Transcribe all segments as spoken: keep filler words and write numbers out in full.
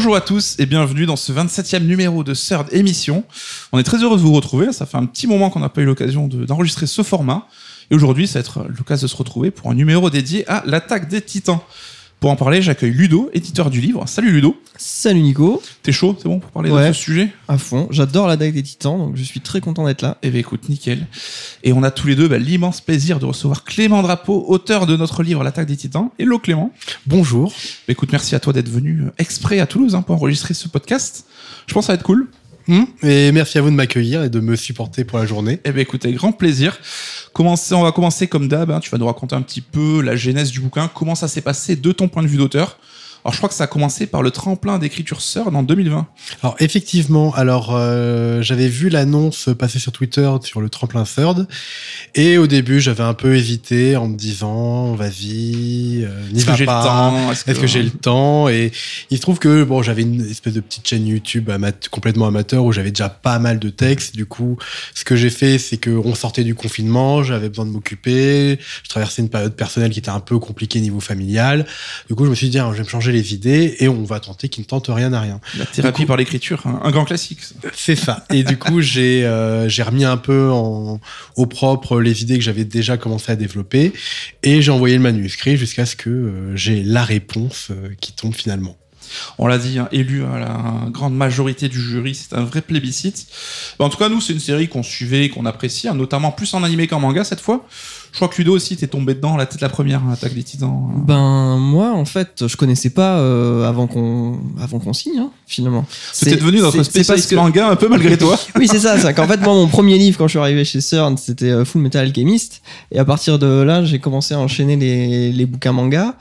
Bonjour à tous et bienvenue dans ce vingt-septième numéro de Third Émission. On est très heureux de vous retrouver, ça fait un petit moment qu'on n'a pas eu l'occasion de, d'enregistrer ce format. Et aujourd'hui, ça va être l'occasion de se retrouver pour un numéro dédié à l'attaque des Titans. Pour en parler, j'accueille Ludo, éditeur du livre. Salut Ludo. Salut Nico. T'es chaud, c'est bon pour parler ouais, de ce sujet ? À fond, j'adore l'attaque des Titans, donc je suis très content d'être là. Eh bien écoute, nickel. Et on a tous les deux bah, l'immense plaisir de recevoir Clément Drapeau, auteur de notre livre L'attaque des Titans. Hello Clément. Bonjour. Bah, écoute, merci à toi d'être venu exprès à Toulouse hein, pour enregistrer ce podcast. Je pense que ça va être cool. Mmh, et merci à vous de m'accueillir et de me supporter pour la journée. Eh bien écoute, avec grand plaisir. Commencer, on va commencer comme d'hab, hein, tu vas nous raconter un petit peu la genèse du bouquin, comment ça s'est passé de ton point de vue d'auteur. Alors je crois que ça a commencé par le tremplin d'écriture Third en deux mille vingt. Alors effectivement, alors euh, j'avais vu l'annonce passer sur Twitter sur le tremplin Third et au début j'avais un peu hésité en me disant vas-y, euh, n'y va pas. Est-ce que, Est-ce que j'ai le temps ? Et il se trouve que bon, j'avais une espèce de petite chaîne YouTube amat- complètement amateur où j'avais déjà pas mal de textes. Du coup, ce que j'ai fait, c'est que on sortait du confinement, j'avais besoin de m'occuper, je traversais une période personnelle qui était un peu compliquée niveau familial. Du coup, je me suis dit ah, je vais me changer les idées et on va tenter qu'il ne tente rien à rien. La thérapie coup, par l'écriture, un, un grand classique. Ça. C'est ça. Et du coup, j'ai euh, j'ai remis un peu en, au propre les idées que j'avais déjà commencé à développer et j'ai envoyé le manuscrit jusqu'à ce que euh, j'ai la réponse euh, qui tombe finalement. On l'a dit, hein, élu à la grande majorité du jury, c'est un vrai plébiscite. En tout cas, nous, c'est une série qu'on suivait et qu'on apprécie, hein, notamment plus en animé qu'en manga cette fois. Je crois que Ludo aussi, t'es tombé dedans, la tête la première, l'attaque des Titans. Ben moi, en fait, je connaissais pas euh, avant qu'on avant qu'on signe, hein, finalement. C'était devenu notre spécialiste que... manga un peu malgré toi. Oui, c'est ça. C'est qu'en fait, moi, mon premier livre quand je suis arrivé chez Third, c'était euh, Full Metal Alchemist, et à partir de là, j'ai commencé à enchaîner les les bouquins manga.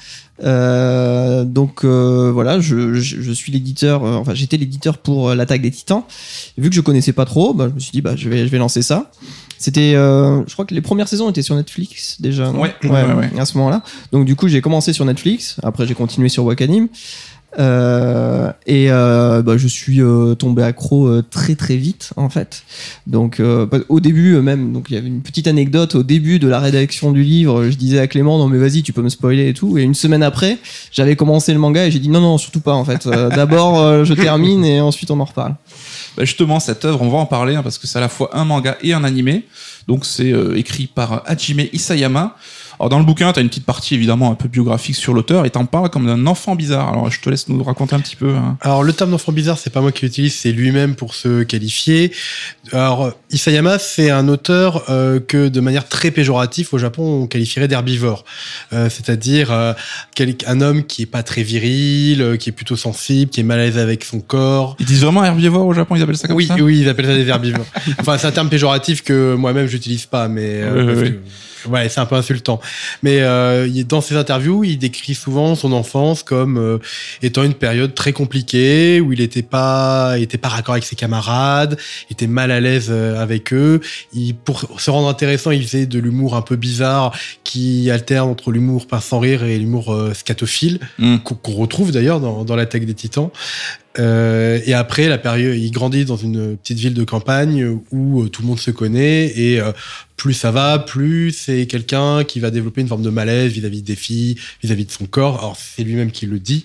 Euh, donc euh, voilà, je, je, je suis l'éditeur, euh, enfin j'étais l'éditeur pour euh, l'attaque des Titans. Et vu que je connaissais pas trop, bah, je me suis dit bah je vais je vais lancer ça. C'était, euh, je crois que les premières saisons étaient sur Netflix déjà. Ouais, ouais, ouais, ouais, ouais. À ce moment-là. Donc du coup j'ai commencé sur Netflix. Après j'ai continué sur Wakanim. Euh, et euh, bah, je suis euh, tombé accro euh, très très vite en fait. Donc euh, au début euh, même, donc il y avait une petite anecdote au début de la rédaction du livre. Je disais à Clément non mais vas-y tu peux me spoiler et tout. Et une semaine après, j'avais commencé le manga et j'ai dit non non surtout pas en fait. Euh, d'abord euh, je termine et ensuite on en reparle. Bah justement cette œuvre on va en parler hein, parce que c'est à la fois un manga et un animé. Donc c'est euh, écrit par Hajime Isayama. Alors dans le bouquin, t'as une petite partie évidemment un peu biographique sur l'auteur et t'en parles comme d'un enfant bizarre. Alors je te laisse nous raconter un petit peu. Hein. Alors le terme d'enfant bizarre, c'est pas moi qui l'utilise, c'est lui-même pour se qualifier. Alors Isayama, c'est un auteur euh, que de manière très péjorative au Japon on qualifierait d'herbivore, euh, c'est-à-dire euh, un homme qui est pas très viril, euh, qui est plutôt sensible, qui est mal à l'aise avec son corps. Ils disent vraiment herbivore au Japon, ils appellent ça comme oui, ça. Oui, oui, ils appellent ça des herbivores. Enfin, c'est un terme péjoratif que moi-même j'utilise pas, mais euh, oui, parce oui. que... Ouais, c'est un peu insultant. Mais euh, dans ses interviews, il décrit souvent son enfance comme euh, étant une période très compliquée où il était pas, il était pas raccord avec ses camarades, il était mal à l'aise avec eux. Il, pour se rendre intéressant, il faisait de l'humour un peu bizarre qui alterne entre l'humour pince sans rire et l'humour euh, scatophile mm. qu'on, qu'on retrouve d'ailleurs dans, dans l'attaque des Titans. Euh, et après la période, il grandit dans une petite ville de campagne où euh, tout le monde se connaît et euh, plus ça va, plus c'est quelqu'un qui va développer une forme de malaise vis-à-vis des filles, vis-à-vis de son corps. Alors c'est lui-même qui le dit.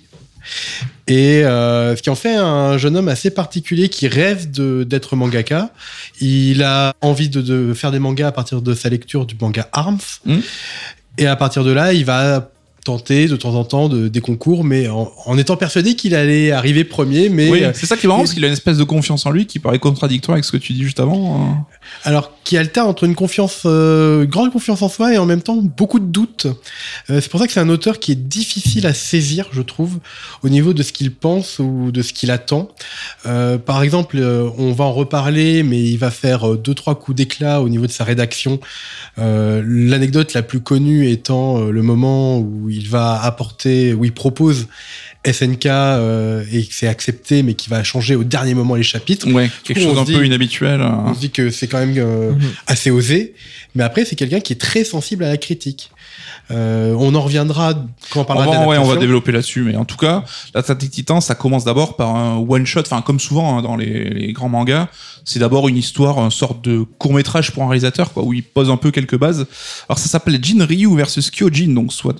Et euh, ce qui en fait un jeune homme assez particulier qui rêve de, d'être mangaka. Il a envie de, de faire des mangas à partir de sa lecture du manga Arms. Mmh. Et à partir de là, il va tenter de temps en temps de, des concours, mais en, en étant persuadé qu'il allait arriver premier. Mais oui, c'est ça qui est marrant, parce qu'il a une espèce de confiance en lui qui paraît contradictoire avec ce que tu dis juste avant. Alors, qui alterne entre une confiance, euh, grande confiance en soi et en même temps beaucoup de doutes. Euh, c'est pour ça que c'est un auteur qui est difficile à saisir, je trouve, au niveau de ce qu'il pense ou de ce qu'il attend. Euh, par exemple, euh, on va en reparler, mais il va faire euh, deux, trois coups d'éclat au niveau de sa rédaction. Euh, l'anecdote la plus connue étant euh, le moment où il va apporter, où il propose S N K euh, et que c'est accepté, mais qui va changer au dernier moment les chapitres. Ouais, quelque chose d'un peu inhabituel. Hein. On se dit que c'est quand même euh, mm-hmm. assez osé, mais après c'est quelqu'un qui est très sensible à la critique. Euh, on en reviendra quand on parlera on va, d'adaptation. Ouais, on va développer là-dessus, mais en tout cas, l'attaque des Titans, ça commence d'abord par un one shot, enfin comme souvent hein, dans les, les grands mangas, c'est d'abord une histoire, une sorte de court métrage pour un réalisateur, quoi, où il pose un peu quelques bases. Alors ça s'appelle Jin Ryu versus Kyojin, donc soit humain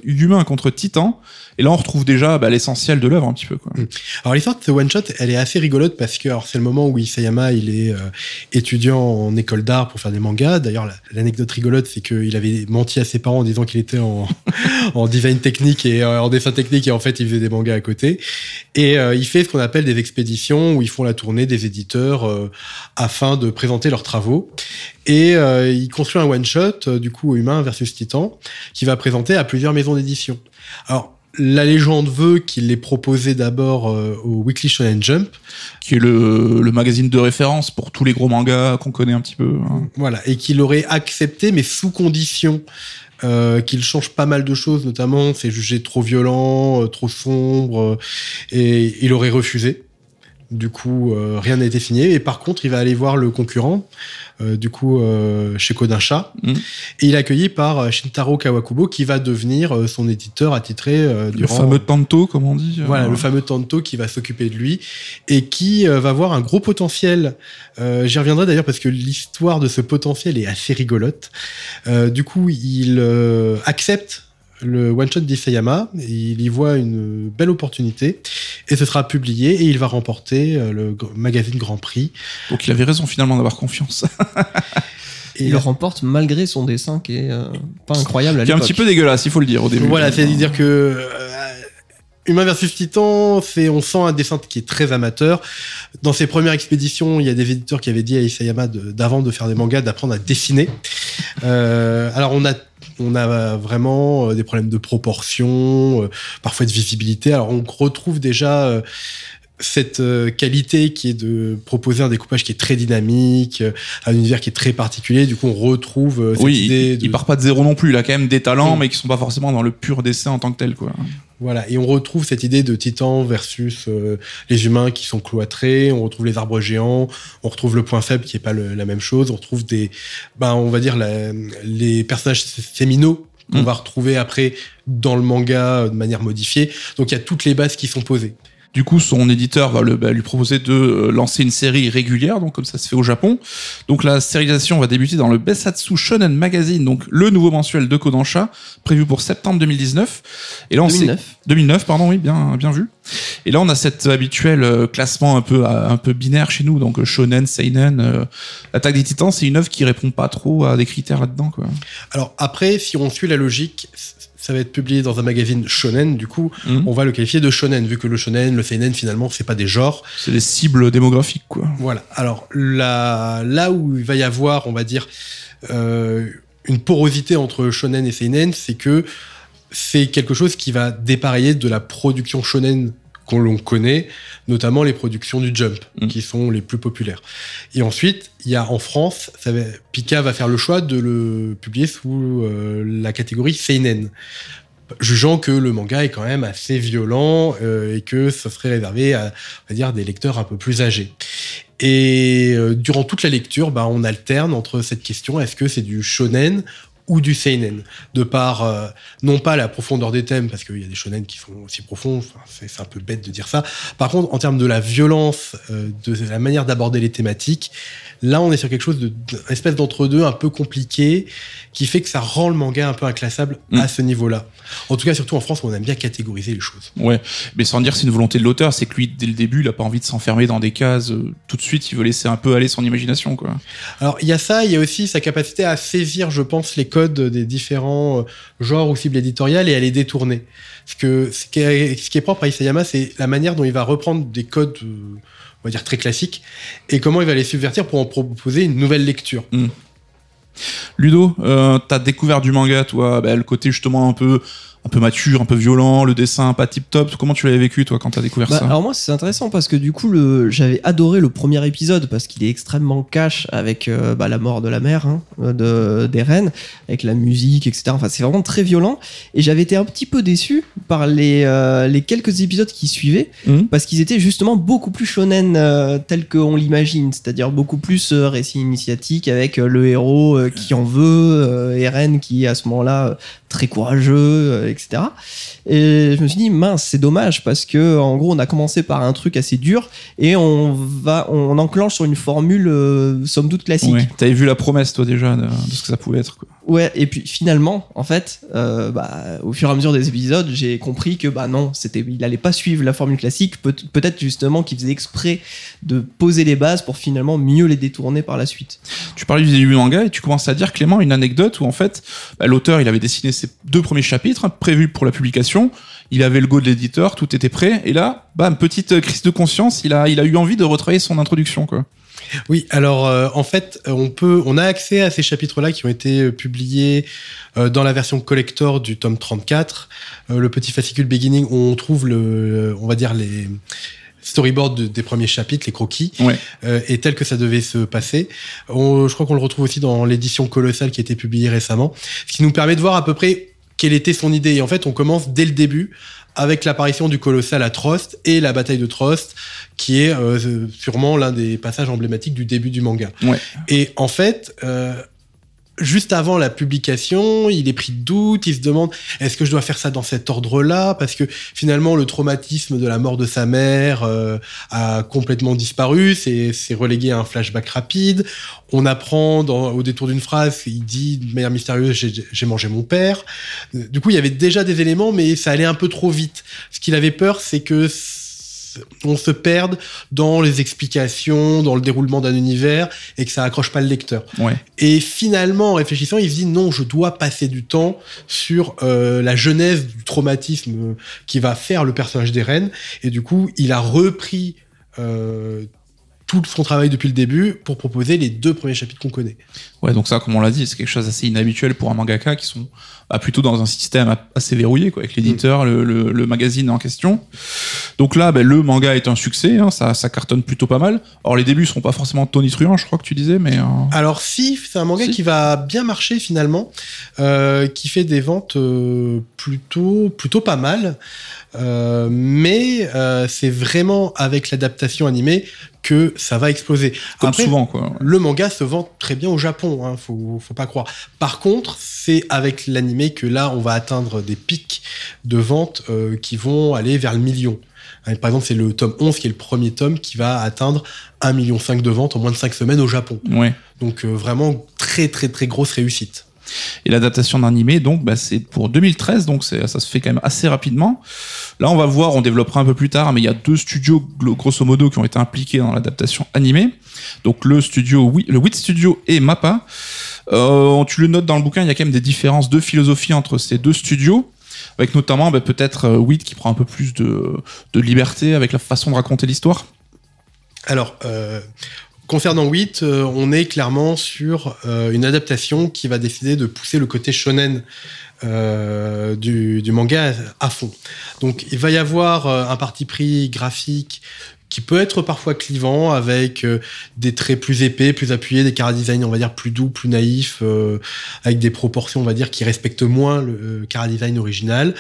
un contre Titan. Et là, on retrouve déjà bah, l'essentiel de l'œuvre un petit peu. Quoi. Alors l'histoire de ce one shot, elle est assez rigolote parce que alors, c'est le moment où Isayama il est euh, étudiant en école d'art pour faire des mangas. D'ailleurs, la, l'anecdote rigolote, c'est qu'il avait menti à ses parents en disant qu'il était en, en design technique et euh, en dessin technique, et en fait, il faisait des mangas à côté. Et euh, il fait ce qu'on appelle des expéditions où ils font la tournée des éditeurs euh, afin de présenter leurs travaux. Et euh, il construit un one shot, euh, du coup, Humain versus Titan, qui va présenter à plusieurs maisons d'édition. Alors la légende veut qu'il l'ait proposé d'abord euh, au Weekly Shonen Jump, qui est le, le magazine de référence pour tous les gros mangas qu'on connaît un petit peu. Hein. Voilà, et qu'il aurait accepté, mais sous condition euh, qu'il change pas mal de choses, notamment c'est jugé trop violent, euh, trop sombre, euh, et il aurait refusé. Du coup, euh, rien n'a été signé. Et par contre, il va aller voir le concurrent, euh, du coup, euh, chez Kodansha. Mmh. Et il est accueilli par Shintaro Kawakubo, qui va devenir euh, son éditeur attitré euh, durant... Le fameux Tanto, comme on dit. Voilà, euh... le fameux Tanto qui va s'occuper de lui et qui euh, va avoir un gros potentiel. Euh, j'y reviendrai d'ailleurs parce que l'histoire de ce potentiel est assez rigolote. Euh, du coup, il euh, accepte le one-shot d'Isayama, il y voit une belle opportunité et ce sera publié et il va remporter le magazine Grand Prix. Donc il avait raison finalement d'avoir confiance. Et il le remporte malgré son dessin qui est euh, pas incroyable à l'époque. Qui est un petit peu dégueulasse, il faut le dire au début. Voilà, c'est-à-dire que euh, Humain versus Titan, c'est, on sent un dessin qui est très amateur. Dans ses premières expéditions, il y a des éditeurs qui avaient dit à Isayama de, d'avant de faire des mangas, d'apprendre à dessiner. Euh, alors on a On a vraiment des problèmes de proportion, euh, parfois de visibilité. Alors, on retrouve déjà euh, cette euh, qualité qui est de proposer un découpage qui est très dynamique, euh, un univers qui est très particulier. Du coup, on retrouve euh, cette oui, idée il, de... il part pas de zéro non plus. Il a quand même des talents, oui. mais qui sont pas forcément dans le pur dessin en tant que tel, quoi. Voilà, et on retrouve cette idée de Titan versus euh, les humains qui sont cloîtrés, on retrouve les arbres géants, on retrouve le point faible qui est pas le, la même chose, on retrouve des, ben on va dire la, les personnages séminaux qu'on mmh. va retrouver après dans le manga de manière modifiée. Donc il y a toutes les bases qui sont posées. Du coup, son éditeur va le, bah, lui proposer de lancer une série régulière, donc comme ça se fait au Japon. Donc la sérialisation va débuter dans le Besatsu Shonen Magazine, donc le nouveau mensuel de Kodansha, prévu pour septembre deux mille dix-neuf. Et là, on deux mille neuf. Sait... deux mille neuf, pardon, oui, bien, bien vu. Et là, on a cet habituel classement un peu, un peu binaire chez nous, donc Shonen, Seinen. Euh, L'Attaque des Titans, c'est une œuvre qui répond pas trop à des critères là-dedans, quoi. Alors après, si on suit la logique, ça va être publié dans un magazine shonen, du coup, mmh. on va le qualifier de shonen, vu que le shonen, le seinen, finalement, c'est pas des genres. C'est des cibles démographiques, quoi. Voilà. Alors, là, là où il va y avoir, on va dire, euh, une porosité entre shonen et seinen, c'est que c'est quelque chose qui va dépareiller de la production shonen qu'on l'on connaît, notamment les productions du Jump, mmh. qui sont les plus populaires. Et ensuite, il y a en France, ça va, Pika va faire le choix de le publier sous euh, la catégorie seinen, jugeant que le manga est quand même assez violent euh, et que ça serait réservé à, on va dire, des lecteurs un peu plus âgés. Et euh, durant toute la lecture, bah, on alterne entre cette question, est-ce que c'est du shonen ou du seinen, de par euh, non pas la profondeur des thèmes, parce qu'il y a des shonen qui sont aussi profonds, enfin, c'est, c'est un peu bête de dire ça. Par contre, en termes de la violence, euh, de la manière d'aborder les thématiques, là on est sur quelque chose de, d'une espèce d'entre-deux un peu compliqué, qui fait que ça rend le manga un peu inclassable mmh. à ce niveau-là. En tout cas, surtout en France, où on aime bien catégoriser les choses. Ouais, mais sans dire que c'est une volonté de l'auteur, c'est que lui, dès le début, il a pas envie de s'enfermer dans des cases. Euh, tout de suite, il veut laisser un peu aller son imagination, quoi. Alors, il y a ça, il y a aussi sa capacité à saisir, je pense, les codes des différents euh, genres ou cibles éditoriales et à les détourner. Parce que ce qui est, ce qui est propre à Isayama, c'est la manière dont il va reprendre des codes, euh, on va dire, très classiques, et comment il va les subvertir pour en proposer une nouvelle lecture. Mmh. Ludo, euh, t'as découvert du manga, toi, bah, le côté justement un peu, un peu mature, un peu violent, le dessin pas tip top. Comment tu l'avais vécu, toi, quand t'as découvert bah, ça? Alors moi, c'est intéressant parce que du coup, le, j'avais adoré le premier épisode parce qu'il est extrêmement cash avec euh, bah, la mort de la mère hein, de d'Eren, avec la musique, et cetera. Enfin, c'est vraiment très violent. Et j'avais été un petit peu déçu par les euh, les quelques épisodes qui suivaient mmh. parce qu'ils étaient justement beaucoup plus shonen euh, tels qu'on l'imagine, c'est-à-dire beaucoup plus euh, récit initiatique avec euh, le héros euh, qui en veut, euh, Eren qui à ce moment-là euh, très courageux, euh, et cetera. Et je me suis dit mince, c'est dommage parce que en gros on a commencé par un truc assez dur et on va, on enclenche sur une formule euh, somme toute classique. Ouais. T'avais vu la promesse toi déjà de, de ce que ça pouvait être, quoi. Ouais, et puis finalement, en fait, euh, bah, au fur et à mesure des épisodes, j'ai compris que bah non, c'était, il allait pas suivre la formule classique. Peut- peut-être justement qu'il faisait exprès de poser les bases pour finalement mieux les détourner par la suite. Tu parlais du début du manga et tu commences à dire, Clément, une anecdote où en fait, bah, l'auteur, il avait dessiné ses deux premiers chapitres, hein, prévus pour la publication. Il avait le go de l'éditeur, tout était prêt. Et là, bam, petite crise de conscience, il a, il a eu envie de retravailler son introduction, quoi. Oui, alors euh, en fait, on peut, on a accès à ces chapitres-là qui ont été euh, publiés euh, dans la version collector du tome trente-quatre, euh, le petit fascicule Beginning, où on trouve le, on va dire les storyboards de, des premiers chapitres, les croquis, Ouais. euh, et tel que ça devait se passer. On, je crois qu'on le retrouve aussi dans l'édition colossale qui a été publiée récemment, ce qui nous permet de voir à peu près quelle était son idée. Et en fait, on commence dès le début avec l'apparition du colossal à Trost et la bataille de Trost, qui est euh, sûrement l'un des passages emblématiques du début du manga. Ouais. Et en fait, euh, juste avant la publication, il est pris de doute, il se demande est-ce que je dois faire ça dans cet ordre-là, parce que finalement le traumatisme de la mort de sa mère euh, a complètement disparu, c'est, c'est relégué à un flashback rapide. On apprend dans, au détour d'une phrase, il dit de manière mystérieuse j'ai, j'ai mangé mon père. Du coup, il y avait déjà des éléments, mais ça allait un peu trop vite. Ce qu'il avait peur, c'est que on se perde dans les explications, dans le déroulement d'un univers, et que ça accroche pas le lecteur. Ouais. Et finalement, en réfléchissant, il se dit non, je dois passer du temps sur euh, la genèse du traumatisme qui va faire le personnage d'Eren. Et du coup, il a repris euh, tout son travail depuis le début pour proposer les deux premiers chapitres qu'on connaît. Ouais, donc ça, comme on l'a dit, c'est quelque chose d'assez inhabituel pour un mangaka qui sont bah, plutôt dans un système assez verrouillé, quoi, avec l'éditeur, mmh. le, le, le magazine en question. Donc là, bah, le manga est un succès, hein, ça, ça cartonne plutôt pas mal. Alors les débuts seront pas forcément tonitruants, je crois que tu disais, mais... Euh... Alors si, c'est un manga si. qui va bien marcher finalement, euh, qui fait des ventes euh, plutôt, plutôt pas mal, euh, mais euh, c'est vraiment avec l'adaptation animée que ça va exploser. Comme Après, souvent, quoi. Ouais. Le manga se vend très bien au Japon, hein, faut, faut pas croire. Par contre, c'est avec l'animé que là, on va atteindre des pics de ventes euh, qui vont aller vers le million. Par exemple, c'est le tome onze qui est le premier tome qui va atteindre un virgule cinq million de ventes en moins de cinq semaines au Japon. Ouais. Donc euh, vraiment très très très grosse réussite. Et l'adaptation d'animé, donc, bah, c'est pour deux mille treize, donc c'est, ça se fait quand même assez rapidement. Là, on va voir, on développera un peu plus tard, mais il y a deux studios, grosso modo, qui ont été impliqués dans l'adaptation animée. Donc, le studio, le Wit Studio et Mappa. Euh, tu le notes dans le bouquin, il y a quand même des différences de philosophie entre ces deux studios, avec notamment, bah, peut-être, euh, Wit qui prend un peu plus de, de liberté avec la façon de raconter l'histoire. Alors, euh, concernant Wit, euh, on est clairement sur euh, une adaptation qui va décider de pousser le côté shonen euh, du, du manga à, à fond. Donc, il va y avoir euh, un parti pris graphique qui peut être parfois clivant, avec euh, des traits plus épais, plus appuyés, des chara-design, on va dire, plus doux, plus naïfs, euh, avec des proportions, on va dire, qui respectent moins le euh, chara-design original,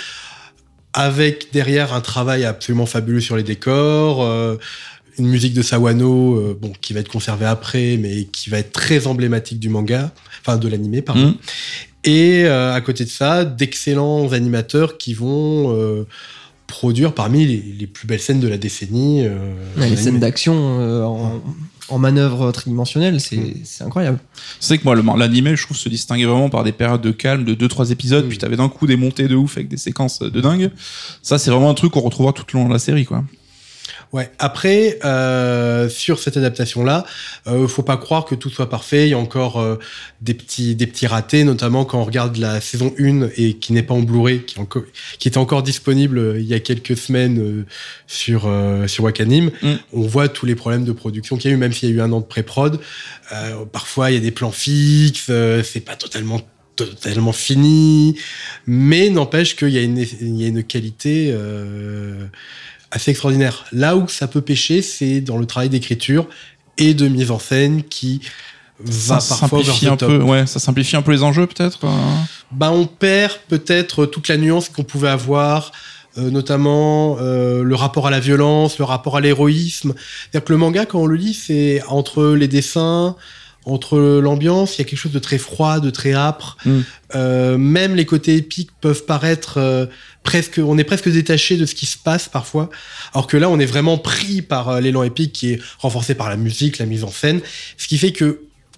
avec derrière un travail absolument fabuleux sur les décors, euh, une musique de Sawano, euh, bon, qui va être conservée après, mais qui va être très emblématique du manga, enfin de l'animé, pardon. Mmh. Et euh, à côté de ça, d'excellents animateurs qui vont euh, produire parmi les, les plus belles scènes de la décennie. Euh, ouais, les scènes d'action euh, en, en manœuvre tridimensionnelle, c'est, mmh. c'est incroyable. C'est que moi, le, l'animé, je trouve, se distinguait vraiment par des périodes de calme de deux trois épisodes, mmh. puis t'avais d'un coup des montées de ouf avec des séquences de dingue. Ça, c'est vraiment un truc qu'on retrouvera tout le long de la série, quoi. Ouais. Après, euh, sur cette adaptation-là, euh, faut pas croire que tout soit parfait. Il y a encore euh, des petits, des petits ratés, notamment quand on regarde la saison un et qui n'est pas en Blu-ray, qui, encore, qui était encore disponible euh, il y a quelques semaines euh, sur euh, sur Wakanim. Mm. On voit tous les problèmes de production qu'il y a eu, même s'il y a eu un an de pré-prod. Euh, parfois, il y a des plans fixes, euh, c'est pas totalement totalement fini, mais n'empêche qu'il y a une, il y a une qualité. Euh, assez extraordinaire. Là où ça peut pêcher, c'est dans le travail d'écriture et de mise en scène qui va ça parfois simplifie un top. peu, ouais, ça simplifie un peu les enjeux peut-être. Hein. Bah on perd peut-être toute la nuance qu'on pouvait avoir, euh, notamment euh, le rapport à la violence, le rapport à l'héroïsme. C'est-à-dire que le manga, quand on le lit, c'est entre les dessins, entre l'ambiance, il y a quelque chose de très froid, de très âpre. Mm. Euh, même les côtés épiques peuvent paraître euh, presque, on est presque détaché de ce qui se passe parfois. Alors que là, on est vraiment pris par euh, l'élan épique qui est renforcé par la musique, la mise en scène. Ce qui fait que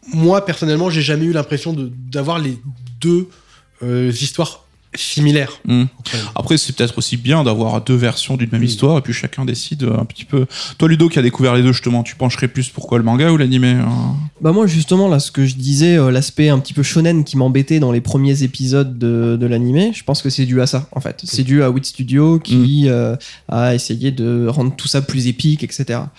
moi, personnellement, j'ai jamais eu l'impression de, d'avoir les deux euh, histoires similaires. Mmh. Après, c'est peut-être aussi bien d'avoir deux versions d'une même mmh. histoire et puis chacun décide un petit peu. Toi, Ludo, qui a découvert les deux, justement, tu pencherais plus pour quoi, le manga ou l'animé hein? Bah moi, justement, là, ce que je disais, euh, l'aspect un petit peu shonen qui m'embêtait dans les premiers épisodes de, de l'animé, je pense que c'est dû à ça, en fait. C'est dû à Wit Studio qui mmh. euh, a essayé de rendre tout ça plus épique, et cetera.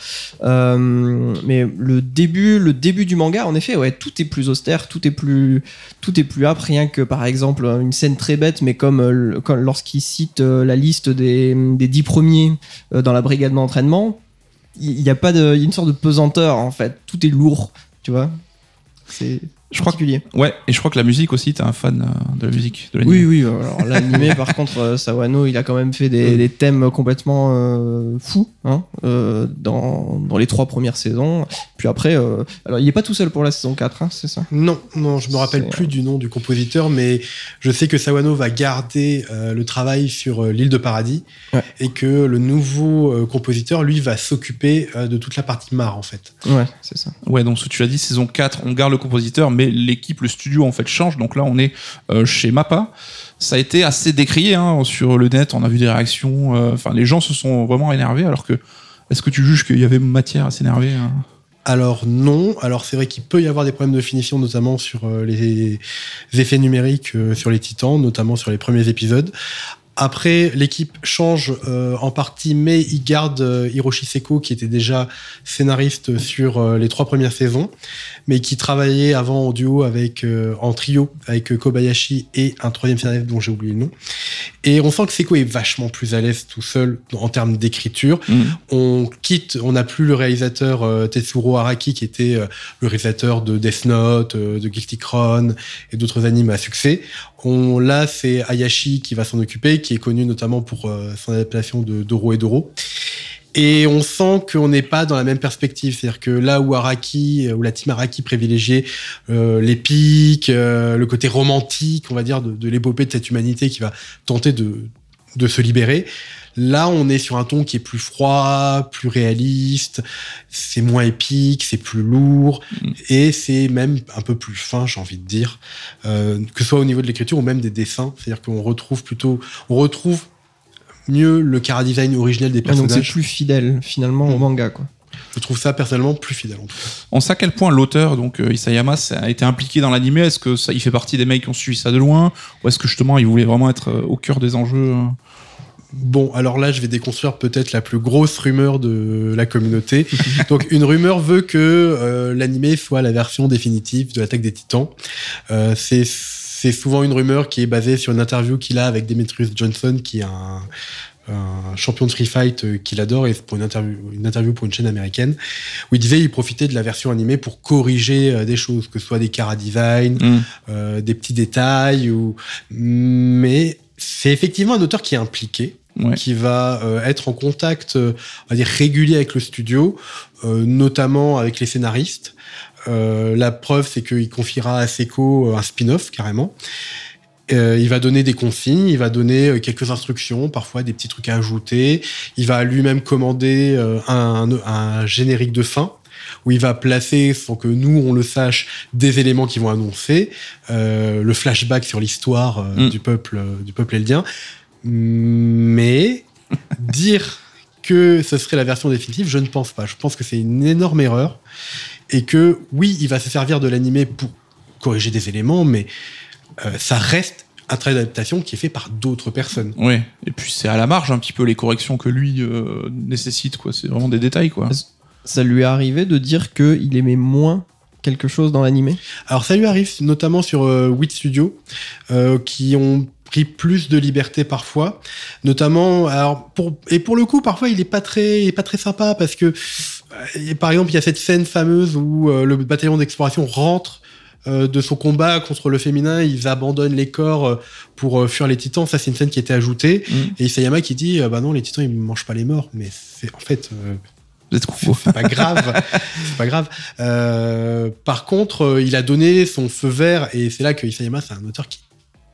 Euh, mais le début, le début du manga, en effet, ouais, tout est plus austère, tout est plus, tout est plus âpre, rien que, par exemple, une scène très bête, mais comme, euh, comme lorsqu'il cite euh, la liste des, des dix premiers euh, dans la brigade d'entraînement, il y a pas de, il y a une sorte de pesanteur en fait. Tout est lourd, tu vois. C'est je particulier. Crois que, ouais, et je crois que la musique aussi, t'es un fan euh, de la musique, de l'animé. Oui, oui. Alors l'animé, par contre, euh, Sawano, il a quand même fait des, des thèmes complètement euh, fous hein, euh, dans, dans les trois premières saisons. Puis après, euh, alors il est pas tout seul pour la saison quatre, hein, c'est ça? Non, non, je me rappelle c'est... plus du nom du compositeur, mais je sais que Sawano va garder euh, le travail sur euh, l'île de Paradis ouais. et que le nouveau euh, compositeur, lui, va s'occuper euh, de toute la partie mare, en fait. Ouais, c'est ça. Ouais, donc ce que tu l'as dit, saison quatre, on garde le compositeur, mais l'équipe, le studio en fait change. Donc là, on est euh, chez Mappa. Ça a été assez décrié hein, sur le net. On a vu des réactions. Enfin, euh, les gens se sont vraiment énervés. Alors que, est-ce que tu juges qu'il y avait matière à s'énerver hein? Alors non. Alors c'est vrai qu'il peut y avoir des problèmes de finition, notamment sur euh, les effets numériques euh, sur les Titans, notamment sur les premiers épisodes. Après, l'équipe change euh, en partie, mais il garde euh, Hiroshi Seko, qui était déjà scénariste sur euh, les trois premières saisons, mais qui travaillait avant en duo avec euh, en trio avec euh, Kobayashi et un troisième scénariste dont j'ai oublié le nom. Et on sent que Seko est vachement plus à l'aise tout seul en termes d'écriture. Mmh. On quitte, on n'a plus le réalisateur euh, Tetsuro Araki, qui était euh, le réalisateur de Death Note, euh, de Guilty Crown et d'autres animes à succès. On, là, c'est Hayashi qui va s'en occuper, qui est connu notamment pour euh, son adaptation de Doro et Doro. Et on sent qu'on n'est pas dans la même perspective. C'est-à-dire que là où Araki, où la team Araki privilégiait euh, l'épique, euh, le côté romantique, on va dire, de, de l'épopée de cette humanité qui va tenter de, de se libérer, là, on est sur un ton qui est plus froid, plus réaliste, c'est moins épique, c'est plus lourd, mmh. et c'est même un peu plus fin, j'ai envie de dire, euh, que ce soit au niveau de l'écriture ou même des dessins. C'est-à-dire qu'on retrouve plutôt, on retrouve mieux le chara-design originel des personnages. Ah, donc c'est plus fidèle, finalement, mmh. au manga, quoi. Je trouve ça personnellement plus fidèle. En tout cas. On sait à quel point l'auteur, donc euh, Isayama, a été impliqué dans l'animé. Est-ce que ça, il fait partie des mecs qui ont suivi ça de loin, ou est-ce que justement il voulait vraiment être euh, au cœur des enjeux euh... Bon, alors là, je vais déconstruire peut-être la plus grosse rumeur de la communauté. Donc, une rumeur veut que euh, l'animé soit la version définitive de l'Attaque des Titans. Euh, c'est, c'est souvent une rumeur qui est basée sur une interview qu'il a avec Demetrius Johnson, qui est un, un champion de Street Fight qu'il adore, et c'est pour une interview, une interview pour une chaîne américaine, où il disait qu'il profitait de la version animée pour corriger euh, des choses, que ce soit des chara-design, mm. euh, des petits détails, ou... mais... c'est effectivement un auteur qui est impliqué, ouais. qui va euh, être en contact, euh, on va dire, régulier avec le studio, euh, notamment avec les scénaristes. Euh, la preuve, c'est qu'il confiera à Seko un spin-off, carrément. Euh, il va donner des consignes, il va donner quelques instructions, parfois des petits trucs à ajouter. Il va lui-même commander euh, un, un, un générique de fin, où il va placer, sans que nous on le sache, des éléments qui vont annoncer euh, le flashback sur l'histoire euh, mm. du peuple euh, du peuple eldien. Mais dire que ce serait la version définitive, je ne pense pas. Je pense que c'est une énorme erreur, et que oui, il va se servir de l'animé pour corriger des éléments, mais euh, ça reste un travail d'adaptation qui est fait par d'autres personnes. Oui, et puis c'est à la marge un petit peu les corrections que lui euh, nécessite, quoi. C'est vraiment des détails, quoi. Ça lui est arrivé de dire qu'il aimait moins quelque chose dans l'animé ? Alors ça lui arrive notamment sur euh, Wit Studio, euh, qui ont pris plus de liberté parfois, notamment, alors pour, et pour le coup, parfois il est pas très, il est pas très sympa, parce que, euh, par exemple, il y a cette scène fameuse où euh, le bataillon d'exploration rentre euh, de son combat contre le féminin, ils abandonnent les corps euh, pour euh, fuir les titans. Ça, c'est une scène qui a été ajoutée, mmh. et Isayama qui dit, euh, bah non, les titans ils mangent pas les morts, mais c'est en fait... Euh, Vous êtes trop c'est pas grave, c'est pas grave. Euh, par contre, euh, il a donné son feu vert, et c'est là que Isayama, c'est un auteur qui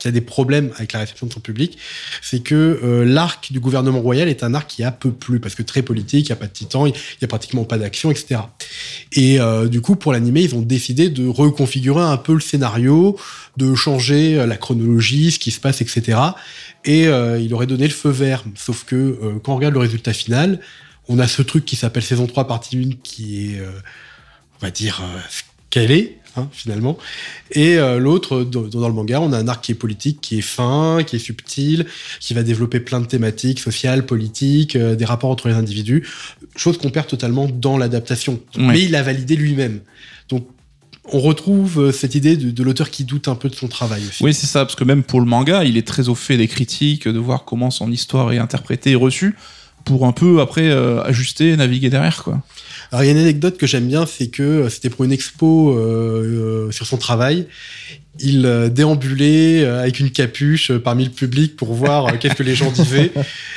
qui a des problèmes avec la réception de son public, c'est que euh, l'arc du gouvernement royal est un arc qui a peu plu, parce que très politique, il n'y a pas de titan, il n'y a pratiquement pas d'action, et cetera. Et euh, du coup, pour l'animé, ils ont décidé de reconfigurer un peu le scénario, de changer la chronologie, ce qui se passe, et cetera. Et euh, il aurait donné le feu vert. Sauf que euh, quand on regarde le résultat final, on a ce truc qui s'appelle saison trois partie un, qui est, euh, on va dire, euh, ce qu'elle est, hein, finalement. Et euh, l'autre, dans, dans le manga, on a un arc qui est politique, qui est fin, qui est subtil, qui va développer plein de thématiques sociales, politiques, euh, des rapports entre les individus, chose qu'on perd totalement dans l'adaptation. Ouais. Mais il l'a validé lui-même. Donc, on retrouve cette idée de, de l'auteur qui doute un peu de son travail aussi. Oui, c'est ça, parce que même pour le manga, il est très au fait des critiques, de voir comment son histoire est interprétée et reçue, pour un peu, après, euh, ajuster, naviguer derrière, quoi. Alors, il y a une anecdote que j'aime bien, c'est que c'était pour une expo euh, euh, sur son travail. Il euh, déambulait euh, avec une capuche euh, parmi le public pour voir euh, qu'est-ce que les gens disaient.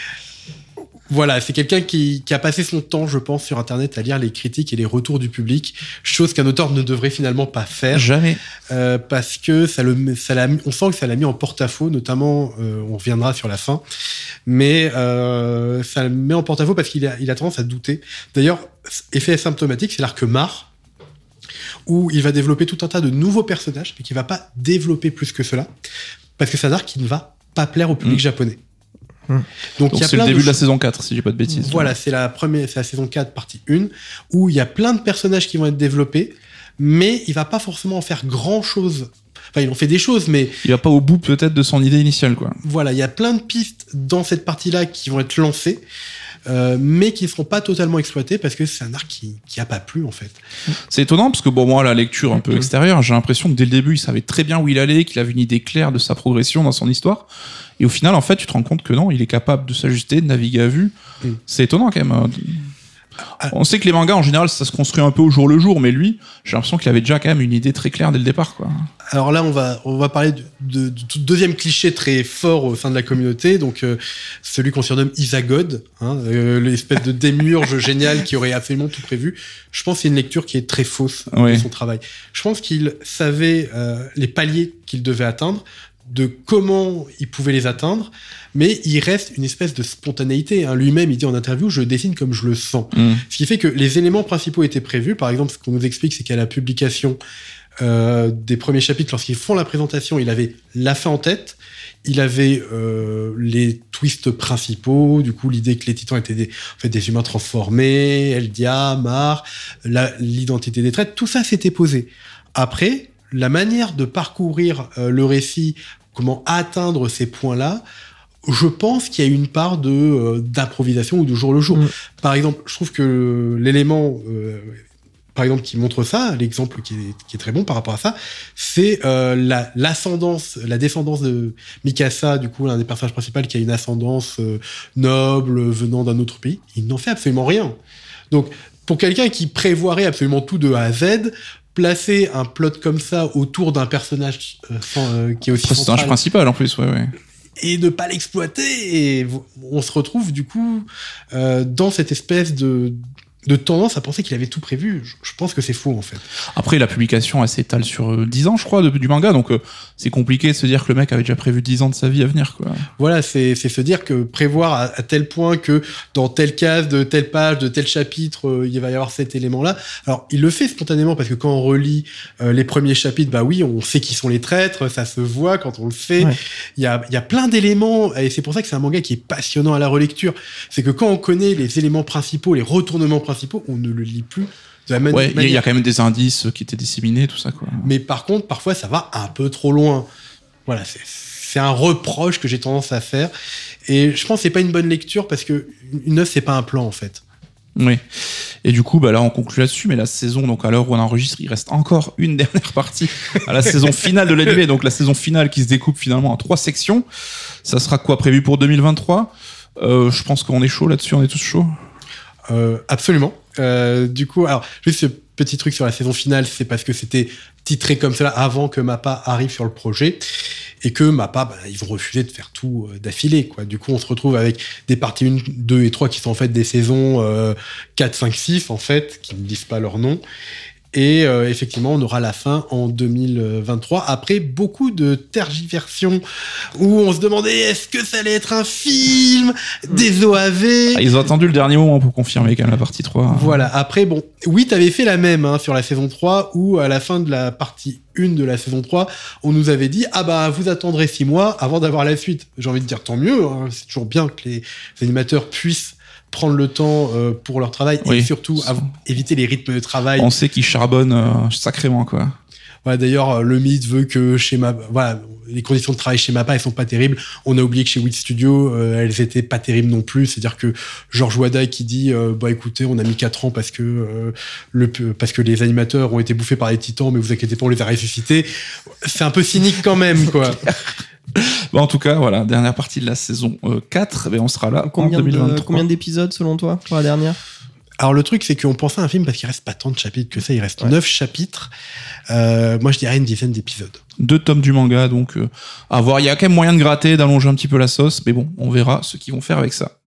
Voilà, c'est quelqu'un qui, qui a passé son temps, je pense, sur Internet à lire les critiques et les retours du public, chose qu'un auteur ne devrait finalement pas faire. Jamais. Euh, parce que ça le, ça l'a, on sent que ça l'a mis en porte-à-faux, notamment, euh, on reviendra sur la fin, mais euh, ça le met en porte-à-faux parce qu'il a, il a tendance à douter. D'ailleurs, effet symptomatique, c'est l'arc Mar, où il va développer tout un tas de nouveaux personnages, mais qu'il va pas développer plus que cela, parce que c'est un arc qui ne va pas plaire au public mmh. japonais. Mmh. Donc, Donc il y a c'est plein le début de, de la saison quatre, si j'ai pas de bêtises. Voilà, c'est la première, c'est la saison quatre, partie un, où il y a plein de personnages qui vont être développés, mais il va pas forcément en faire grand chose. Enfin, il en fait des choses, mais il va pas au bout peut-être de son idée initiale, quoi. Voilà, il y a plein de pistes dans cette partie-là qui vont être lancées, euh, mais qui ne seront pas totalement exploitées parce que c'est un arc qui, qui a pas plu, en fait. C'est étonnant parce que bon, moi, la lecture un peu extérieure, j'ai l'impression que dès le début, il savait très bien où il allait, qu'il avait une idée claire de sa progression dans son histoire. Et au final, en fait, tu te rends compte que non, il est capable de s'ajuster, de naviguer à vue. Mm. C'est étonnant quand même. On sait que les mangas, en général, ça se construit un peu au jour le jour, mais lui, j'ai l'impression qu'il avait déjà quand même une idée très claire dès le départ, quoi. Alors là, on va, on va parler de, de, de deuxième cliché très fort au sein de la communauté, donc euh, celui qu'on surnomme Isagod, hein, euh, l'espèce de démiurge génial qui aurait absolument tout prévu. Je pense que c'est une lecture qui est très fausse oui. de son travail. Je pense qu'il savait euh, les paliers qu'il devait atteindre, de comment il pouvait les atteindre, mais il reste une espèce de spontanéité. Hein. Lui-même, il dit en interview, je dessine comme je le sens. Mmh. Ce qui fait que les éléments principaux étaient prévus. Par exemple, ce qu'on nous explique, c'est qu'à la publication euh, des premiers chapitres, lorsqu'ils font la présentation, il avait la fin en tête, il avait euh, les twists principaux, du coup, l'idée que les titans étaient des, en fait, des humains transformés, Eldia, Mar, la, l'identité des traîtres, tout ça s'était posé. Après, la manière de parcourir euh, le récit, comment atteindre ces points-là, je pense qu'il y a une part de euh, d'improvisation ou de jour le jour. Mmh. Par exemple, je trouve que l'élément, euh, par exemple, qui montre ça, l'exemple qui est, qui est très bon par rapport à ça, c'est euh, la, l'ascendance, la descendance de Mikasa, du coup, l'un des personnages principaux qui a une ascendance euh, noble venant d'un autre pays. Il n'en fait absolument rien. Donc, pour quelqu'un qui prévoirait absolument tout de A à Z, placer un plot comme ça autour d'un personnage euh, euh, qui est aussi central, personnage principal en plus, ouais, ouais. et ne pas l'exploiter, et on se retrouve du coup euh, dans cette espèce de de tendance à penser qu'il avait tout prévu. Je pense que c'est faux, en fait. Après, la publication, elle s'étale sur euh, dix ans, je crois, de, du manga, donc euh, c'est compliqué de se dire que le mec avait déjà prévu dix ans de sa vie à venir, quoi. Voilà, c'est, c'est se dire que prévoir à, à tel point que dans telle case, de telle page, de tel chapitre, euh, il va y avoir cet élément-là. Alors, il le fait spontanément, parce que quand on relit euh, les premiers chapitres, bah oui, on sait qui sont les traîtres, ça se voit quand on le fait. Ouais. Il y a, il y a plein d'éléments, et c'est pour ça que c'est un manga qui est passionnant à la relecture. C'est que quand on connaît les éléments principaux, les retournements principaux, on ne le lit plus de la même ouais, manière. Il y a quand même des indices qui étaient disséminés, tout ça, quoi. Mais par contre, parfois, ça va un peu trop loin. Voilà, c'est, c'est un reproche que j'ai tendance à faire. Et je pense que c'est pas une bonne lecture parce que une œuvre, c'est pas un plan, en fait. Oui. Et du coup, bah là, on conclut là-dessus. Mais la saison, donc à l'heure où on enregistre, il reste encore une dernière partie à la saison finale de l'anime. Donc la saison finale qui se découpe finalement en trois sections. Ça sera quoi, prévu pour deux mille vingt-trois? euh, Je pense qu'on est chaud là-dessus. On est tous chauds. Euh, absolument. Euh, du coup, alors, juste ce petit truc sur la saison finale, c'est parce que c'était titré comme cela avant que Mappa arrive sur le projet et que Mappa, bah, ils vont refuser de faire tout euh, d'affilée, quoi. Du coup, on se retrouve avec des parties un, deux et trois qui sont en fait des saisons euh, quatre, cinq, six, en fait, qui ne disent pas leur nom. Et euh, effectivement, on aura la fin en deux mille vingt-trois, après beaucoup de tergiversions où on se demandait est-ce que ça allait être un film, des O A V. Ah, ils ont attendu le dernier moment pour confirmer quand même la partie trois. Voilà, après, bon, oui, t'avais fait la même hein, sur la saison trois, où à la fin de la partie un de la saison trois, on nous avait dit « Ah bah, vous attendrez six mois avant d'avoir la suite ». J'ai envie de dire tant mieux, hein, c'est toujours bien que les animateurs puissent prendre le temps euh, pour leur travail oui. et surtout av- éviter les rythmes de travail. On sait qu'ils charbonnent euh, sacrément, quoi. Voilà, d'ailleurs, le mythe veut que chez Mappa, voilà, les conditions de travail chez Mappa, elles sont pas terribles. On a oublié que chez Wit Studio, euh, elles étaient pas terribles non plus. C'est-à-dire que Georges Wada qui dit, euh, bah écoutez, on a mis quatre ans parce que euh, le parce que les animateurs ont été bouffés par les titans, mais vous inquiétez pas, on les a ressuscités. C'est un peu cynique quand même, quoi. Bon, en tout cas, voilà, dernière partie de la saison euh, quatre, ben on sera là combien en deux mille vingt-trois. De, combien d'épisodes selon toi pour la dernière? Alors le truc, c'est qu'on pensait à un film parce qu'il reste pas tant de chapitres que ça, il reste ouais. neuf chapitres. Euh, moi, je dirais une dizaine d'épisodes. Deux tomes du manga, donc euh, à voir. Il y a quand même moyen de gratter, d'allonger un petit peu la sauce, mais bon, on verra ce qu'ils vont faire avec ça.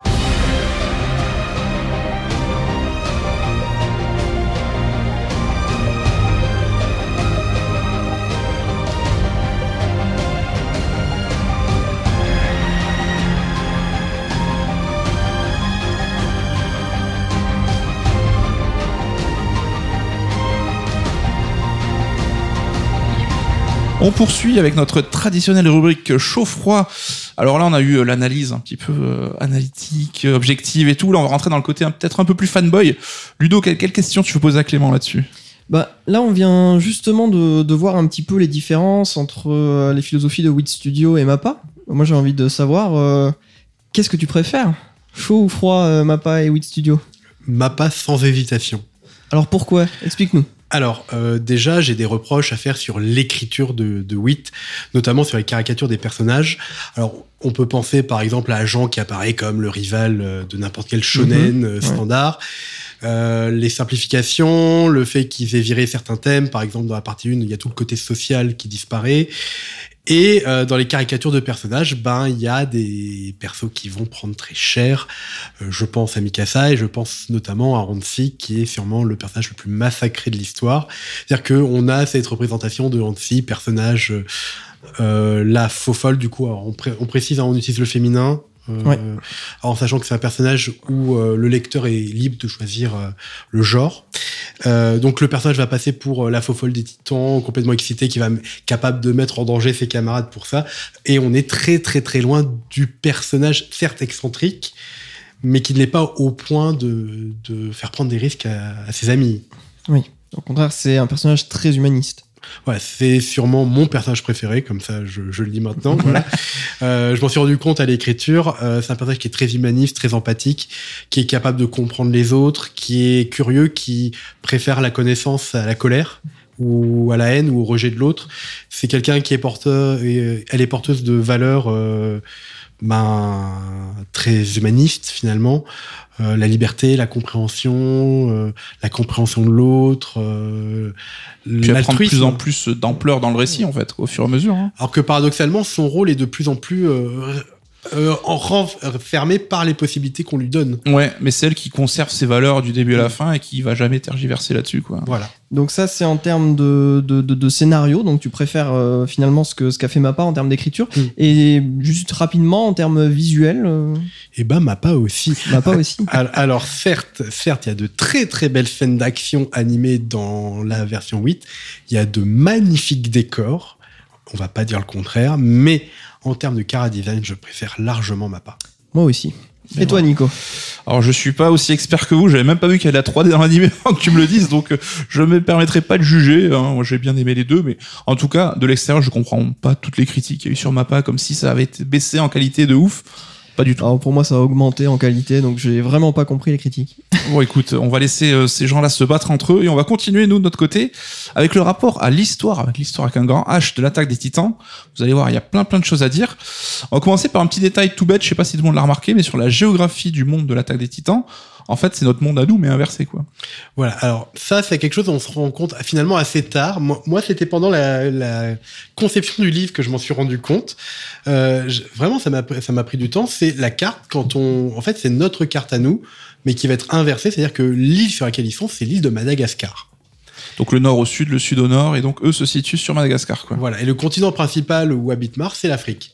On poursuit avec notre traditionnelle rubrique chaud-froid. Alors là, on a eu l'analyse un petit peu euh, analytique, objective et tout. Là, on va rentrer dans le côté hein, peut-être un peu plus fanboy. Ludo, quelle, quelle question tu veux poser à Clément là-dessus ? Bah, là, on vient justement de, de voir un petit peu les différences entre euh, les philosophies de Wit Studio et Mappa. Moi, j'ai envie de savoir, euh, qu'est-ce que tu préfères ? Chaud ou froid, euh, Mappa et Wit Studio ? Mappa sans hésitation. Alors pourquoi ? Explique-nous. Alors, euh, déjà, j'ai des reproches à faire sur l'écriture de, de Wit, notamment sur les caricatures des personnages. Alors, on peut penser, par exemple, à Jean qui apparaît comme le rival de n'importe quel shonen mmh, standard. Ouais. Euh, les simplifications, le fait qu'ils aient viré certains thèmes, par exemple, dans la partie un, il y a tout le côté social qui disparaît. Et euh, dans les caricatures de personnages, ben il y a des persos qui vont prendre très cher. Euh, je pense à Mikasa et je pense notamment à Hansi, qui est sûrement le personnage le plus massacré de l'histoire. C'est-à-dire qu'on a cette représentation de Hansi, personnage euh, la faux folle. Du coup, alors on, pré- on précise, hein, on utilise le féminin. Euh, ouais. En sachant que c'est un personnage où euh, le lecteur est libre de choisir euh, le genre. Euh, donc le personnage va passer pour euh, la faux folle des titans, complètement excité, qui va m- capable de mettre en danger ses camarades pour ça. Et on est très très très loin du personnage, certes excentrique, mais qui ne l'est pas au point de, de faire prendre des risques à, à ses amis. Oui, au contraire, c'est un personnage très humaniste. Ouais, c'est sûrement mon personnage préféré, comme ça je, je le dis maintenant. Voilà. euh, je m'en suis rendu compte à l'écriture. Euh, c'est un personnage qui est très humaniste, très empathique, qui est capable de comprendre les autres, qui est curieux, qui préfère la connaissance à la colère ou à la haine ou au rejet de l'autre. C'est quelqu'un qui est porteur, et elle est porteuse de valeurs euh, ben, très humanistes finalement. Euh, la liberté, la compréhension, euh, la compréhension de l'autre, euh, puis elle prend de plus en plus d'ampleur dans le récit en fait, au fur et à mesure. Hein. Alors que paradoxalement, son rôle est de plus en plus euh, euh, renfermé par les possibilités qu'on lui donne. Ouais, mais c'est elle qui conserve ses valeurs du début à la fin et qui va jamais tergiverser là-dessus, quoi. Voilà. Donc ça, c'est en termes de, de, de, de scénario. Donc tu préfères euh, finalement ce que ce qu'a fait Mappa en termes d'écriture. Mm. Et juste rapidement en termes visuels. Euh... Et ben Mappa aussi. Mappa aussi. Alors certes, certes, il y a de très très belles scènes d'action animées dans la version huit. Il y a de magnifiques décors. On va pas dire le contraire, mais en termes de chara design, je préfère largement Mappa. Moi aussi. Mais et toi, Nico ? Alors, je suis pas aussi expert que vous. J'avais même pas vu qu'il y avait la trois D dans l'animé avant que tu me le dises, donc euh, je me permettrai pas de juger. Hein. Moi, j'ai bien aimé les deux, mais en tout cas, de l'extérieur, je comprends pas toutes les critiques qu'il y a eu sur Mappa, comme si ça avait été baissé en qualité de ouf. Pas du tout. Alors pour moi, ça a augmenté en qualité, donc j'ai vraiment pas compris les critiques. Bon, écoute, on va laisser euh, ces gens-là se battre entre eux et on va continuer, nous, de notre côté, avec le rapport à l'histoire, avec l'histoire avec un grand H de l'attaque des Titans. Vous allez voir, il y a plein plein de choses à dire. On va commencer par un petit détail tout bête, je sais pas si tout le monde l'a remarqué, mais sur la géographie du monde de l'attaque des Titans, en fait, c'est notre monde à nous, mais inversé, quoi. Voilà. Alors, ça, c'est quelque chose dont on se rend compte finalement assez tard. Moi, moi c'était pendant la, la conception du livre que je m'en suis rendu compte. Euh, je, vraiment, ça m'a, ça m'a pris du temps. C'est la carte quand on, en fait, c'est notre carte à nous, mais qui va être inversée. C'est-à-dire que l'île sur laquelle ils sont, c'est l'île de Madagascar. Donc le nord au sud, le sud au nord, et donc eux se situent sur Madagascar, quoi. Voilà. Et le continent principal où habite Mars, c'est l'Afrique.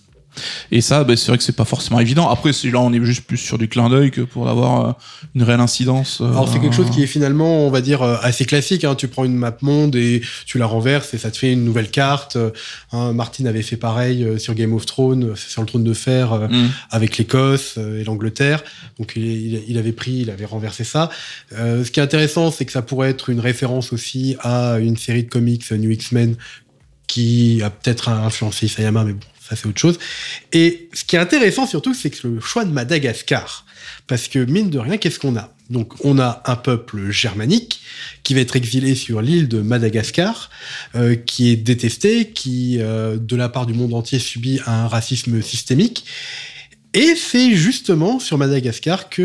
Et ça, bah, c'est vrai que c'est pas forcément évident. Après, c'est, là, on est juste plus sur du clin d'œil que pour avoir euh, une réelle incidence. Euh, Alors c'est quelque chose qui est finalement, on va dire, euh, assez classique. Hein. Tu prends une map monde et tu la renverses et ça te fait une nouvelle carte. Euh, hein, Martin avait fait pareil euh, sur Game of Thrones, sur le trône de fer, euh, mm. avec l'Écosse euh, et l'Angleterre. Donc il, il avait pris, il avait renversé ça. Euh, ce qui est intéressant, c'est que ça pourrait être une référence aussi à une série de comics New X-Men qui a peut-être influencé Isayama, mais bon. Ça, c'est autre chose. Et ce qui est intéressant, surtout, c'est que le choix de Madagascar. Parce que, mine de rien, qu'est-ce qu'on a? Donc, on a un peuple germanique qui va être exilé sur l'île de Madagascar, euh, qui est détesté, qui, euh, de la part du monde entier, subit un racisme systémique. Et c'est justement sur Madagascar que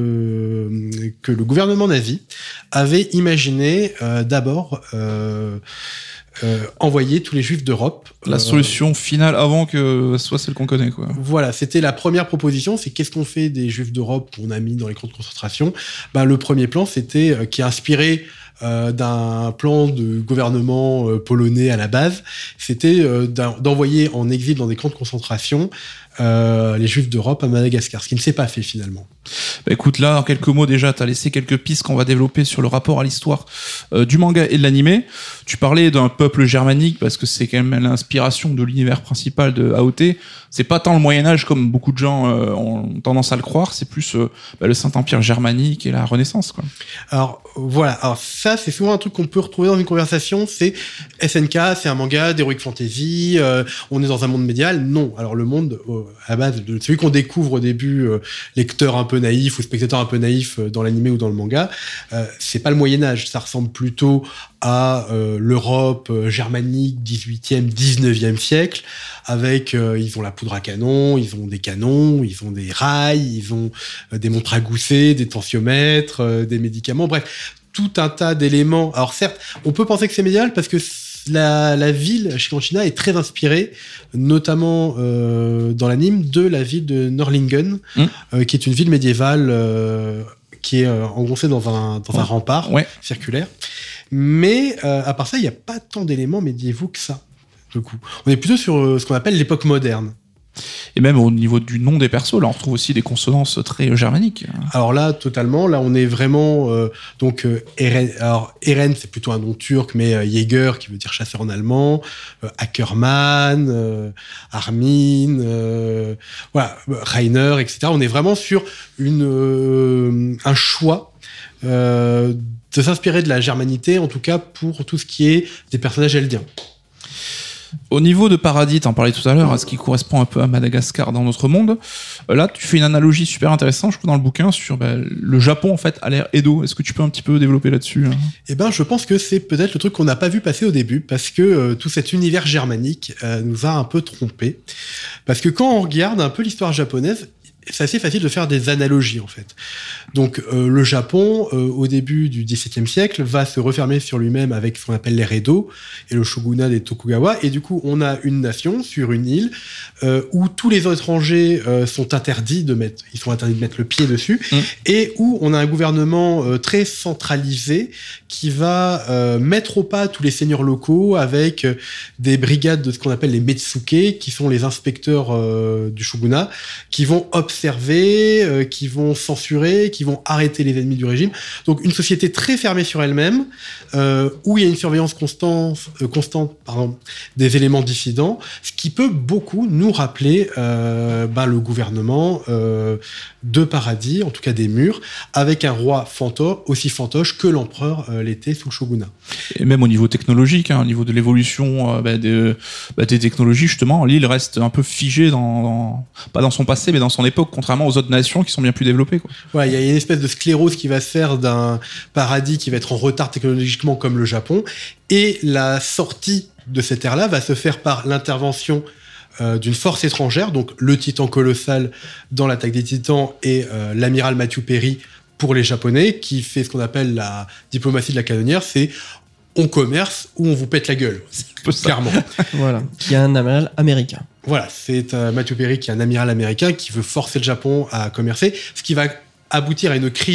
le, que le gouvernement nazi avait imaginé euh, d'abord... Euh, Euh, envoyer tous les juifs d'Europe. La euh, solution finale avant que ce soit celle qu'on connaît, quoi. Voilà, c'était la première proposition, c'est qu'est-ce qu'on fait des juifs d'Europe qu'on a mis dans les camps de concentration. Ben, le premier plan, c'était, euh, qui est inspiré euh, d'un plan de gouvernement euh, polonais à la base, c'était euh, d'envoyer en exil dans des camps de concentration euh, les juifs d'Europe à Madagascar, ce qui ne s'est pas fait finalement. Bah écoute, là, en quelques mots déjà, t'as laissé quelques pistes qu'on va développer sur le rapport à l'histoire euh, du manga et de l'animé. Tu parlais d'un peuple germanique parce que c'est quand même l'inspiration de l'univers principal de A O T. C'est pas tant le Moyen-Âge comme beaucoup de gens euh, ont tendance à le croire, c'est plus euh, bah, le Saint-Empire germanique et la Renaissance, quoi. Alors voilà, alors ça c'est souvent un truc qu'on peut retrouver dans une conversation, c'est S N K, c'est un manga d'heroic fantasy, euh, on est dans un monde médiéval. Non, alors le monde euh, à la base, de celui qu'on découvre au début, euh, lecteur un peu naïf ou spectateur un peu naïf euh, dans l'animé ou dans le manga, euh, c'est pas le Moyen-Âge, ça ressemble plutôt à euh, l'Europe euh, germanique dix-huitième, dix-neuvième siècle, avec euh, ils ont la poudre à canon, ils ont des canons, ils ont des rails, ils ont euh, des montres à gousset, des tensiomètres, euh, des médicaments, bref, tout un tas d'éléments. Alors certes, on peut penser que c'est médiéval parce que la, la ville Shiganshina est très inspirée, notamment euh, dans l'anime, de la ville de Norlingen, mmh. euh, qui est une ville médiévale euh, qui est euh, engoncée dans un, dans un rempart ouais. circulaire. Mais euh, à part ça, il n'y a pas tant d'éléments médiévaux que ça. Du coup, on est plutôt sur euh, ce qu'on appelle l'époque moderne. Et même au niveau du nom des persos, là on retrouve aussi des consonances très germaniques. Alors là, totalement, là on est vraiment euh, donc euh, Eren, alors Eren c'est plutôt un nom turc, mais euh, Jäger qui veut dire chasseur en allemand, euh, Ackermann, euh, Armin, euh, voilà, Rainer, et cetera. On est vraiment sur une euh, un choix euh, de s'inspirer de la germanité, en tout cas pour tout ce qui est des personnages eldiens. Au niveau de Paradis, t'en parlais tout à l'heure, à ce qui correspond un peu à Madagascar dans notre monde, là tu fais une analogie super intéressante, je trouve, dans le bouquin sur bah, le Japon en fait à l'ère Edo. Est-ce que tu peux un petit peu développer là-dessus, hein? Eh ben, je pense que c'est peut-être le truc qu'on n'a pas vu passer au début, parce que euh, tout cet univers germanique euh, nous a un peu trompés. Parce que quand on regarde un peu l'histoire japonaise, c'est assez facile de faire des analogies en fait. Donc euh, le Japon, euh, au début du dix-septième siècle, va se refermer sur lui-même avec ce qu'on appelle l'ère Edo et le shogunat des Tokugawa, et du coup on a une nation sur une île euh, où tous les étrangers euh, sont interdits de mettre, ils sont interdits de mettre le pied dessus, mmh. et où on a un gouvernement euh, très centralisé qui va euh, mettre au pas tous les seigneurs locaux avec euh, des brigades de ce qu'on appelle les Metsuke, qui sont les inspecteurs euh, du shogunat, qui vont observer, euh, qui vont censurer, qui vont arrêter les ennemis du régime. Donc une société très fermée sur elle-même, euh, où il y a une surveillance constante, euh, constante pardon, des éléments dissidents, ce qui peut beaucoup nous rappeler euh, bah, le gouvernement euh, de Paradis, en tout cas des Murs, avec un roi fantoche, aussi fantoche que l'empereur euh, l'était sous le shogunat. Et même au niveau technologique, hein, au niveau de l'évolution euh, bah, de, bah, des technologies, justement, l'île reste un peu figée, dans, dans, pas dans son passé, mais dans son époque, contrairement aux autres nations qui sont bien plus développées, quoi. Ouais, il y a une espèce de sclérose qui va se faire d'un Paradis qui va être en retard technologiquement comme le Japon, et la sortie de cette ère-là va se faire par l'intervention euh, d'une force étrangère, donc le Titan colossal dans l'attaque des Titans et euh, l'amiral Matthew Perry pour les Japonais, qui fait ce qu'on appelle la diplomatie de la canonnière, c'est on commerce ou on vous pète la gueule, clairement. Voilà, qui est un amiral américain. Voilà, c'est euh, Matthew Perry qui est un amiral américain qui veut forcer le Japon à commercer, ce qui va aboutir à une crise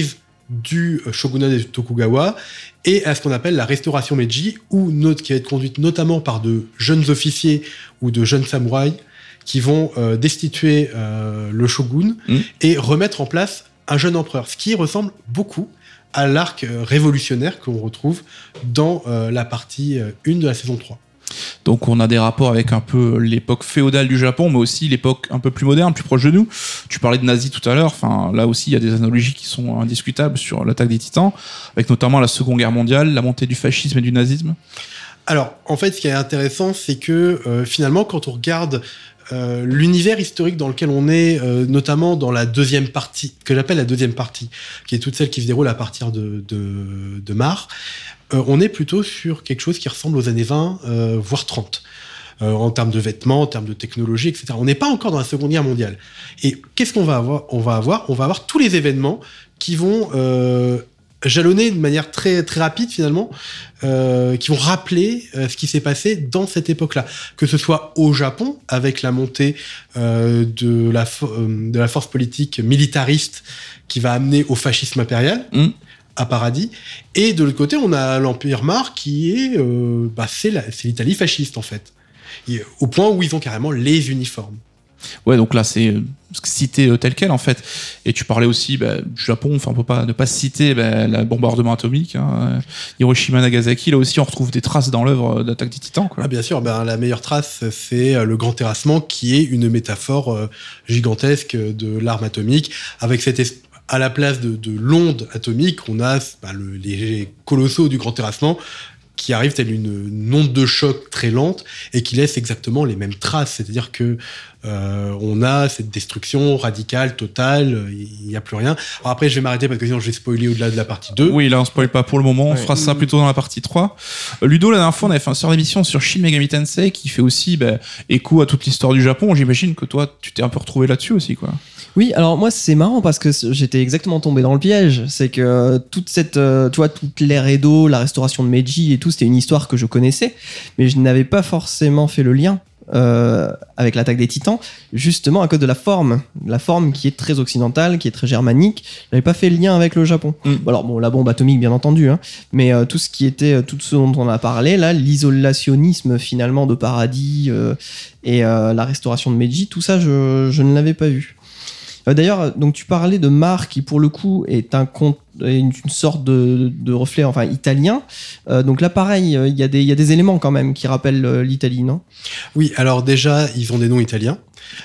du shogunat de Tokugawa et à ce qu'on appelle la restauration Meiji, où note qui va être conduite notamment par de jeunes officiers ou de jeunes samouraïs qui vont euh, destituer euh, le shogun mmh. et remettre en place un jeune empereur, ce qui ressemble beaucoup à l'arc euh, révolutionnaire qu'on retrouve dans euh, la partie euh, un de la saison trois. Donc on a des rapports avec un peu l'époque féodale du Japon, mais aussi l'époque un peu plus moderne, plus proche de nous. Tu parlais de nazis tout à l'heure, enfin là aussi il y a des analogies qui sont indiscutables sur l'attaque des Titans, avec notamment la Seconde Guerre mondiale, la montée du fascisme et du nazisme. Alors en fait ce qui est intéressant, c'est que euh, finalement quand on regarde Euh, l'univers historique dans lequel on est, euh, notamment dans la deuxième partie, que j'appelle la deuxième partie, qui est toute celle qui se déroule à partir de, de, de mars, euh, on est plutôt sur quelque chose qui ressemble aux années vingt, euh, voire trente. Euh, en termes de vêtements, en termes de technologie, et cetera. On n'est pas encore dans la Seconde Guerre mondiale. Et qu'est-ce qu'on va avoir ? On va avoir, on va avoir tous les événements qui vont euh, jalonner de manière très très rapide finalement, euh, qui vont rappeler euh, ce qui s'est passé dans cette époque-là, que ce soit au Japon avec la montée euh, de la fo- euh, de la force politique militariste qui va amener au fascisme impérial. Mmh. À Paradis, et de l'autre côté on a l'Empire Mar qui est euh, bah, c'est, la, c'est l'Italie fasciste en fait, et, au point où ils ont carrément les uniformes. Ouais, donc là c'est cité euh, tel quel en fait. Et tu parlais aussi bah, du Japon, enfin on peut pas ne pas citer bah, le bombardement atomique, hein. Hiroshima, Nagasaki, là aussi on retrouve des traces dans l'œuvre d'Attaque des Titans, quoi. Ah bien sûr, ben, la meilleure trace c'est le grand terrassement qui est une métaphore euh, gigantesque de l'arme atomique, avec cette es- à la place de, de l'onde atomique, on a ben, le, les colossaux du grand terrassement qui arrivent telle une, une onde de choc très lente et qui laisse exactement les mêmes traces. C'est-à-dire que euh, on a cette destruction radicale, totale, il n'y a plus rien. Alors après, je vais m'arrêter parce que sinon je vais spoiler au-delà de la partie deux. Oui, là on spoil pas pour le moment, on ouais. fera ça plutôt dans la partie trois. Euh, Ludo, la dernière fois, on avait fait un sort d'émission sur Shin Megami Tensei qui fait aussi bah, écho à toute l'histoire du Japon. J'imagine que toi, tu t'es un peu retrouvé là-dessus aussi, quoi. Oui, alors moi c'est marrant parce que j'étais exactement tombé dans le piège. C'est que toute cette, euh, tu vois, toute l'ère Edo, la restauration de Meiji et tout, c'était une histoire que je connaissais, mais je n'avais pas forcément fait le lien euh, avec l'attaque des Titans, justement à cause de la forme, la forme qui est très occidentale, qui est très germanique. J'avais pas fait le lien avec le Japon. Mm. Alors bon, la bombe atomique bien entendu, hein, mais euh, tout ce qui était, tout ce dont on a parlé là, l'isolationnisme finalement de Paradis euh, et euh, la restauration de Meiji, tout ça, je, je ne l'avais pas vu. D'ailleurs, donc tu parlais de Mar qui pour le coup est un con- une, une sorte de, de reflet enfin italien. Euh, donc là, pareil, il y a des il y a des éléments quand même qui rappellent euh, l'Italie, non ? Oui, alors déjà, ils ont des noms italiens.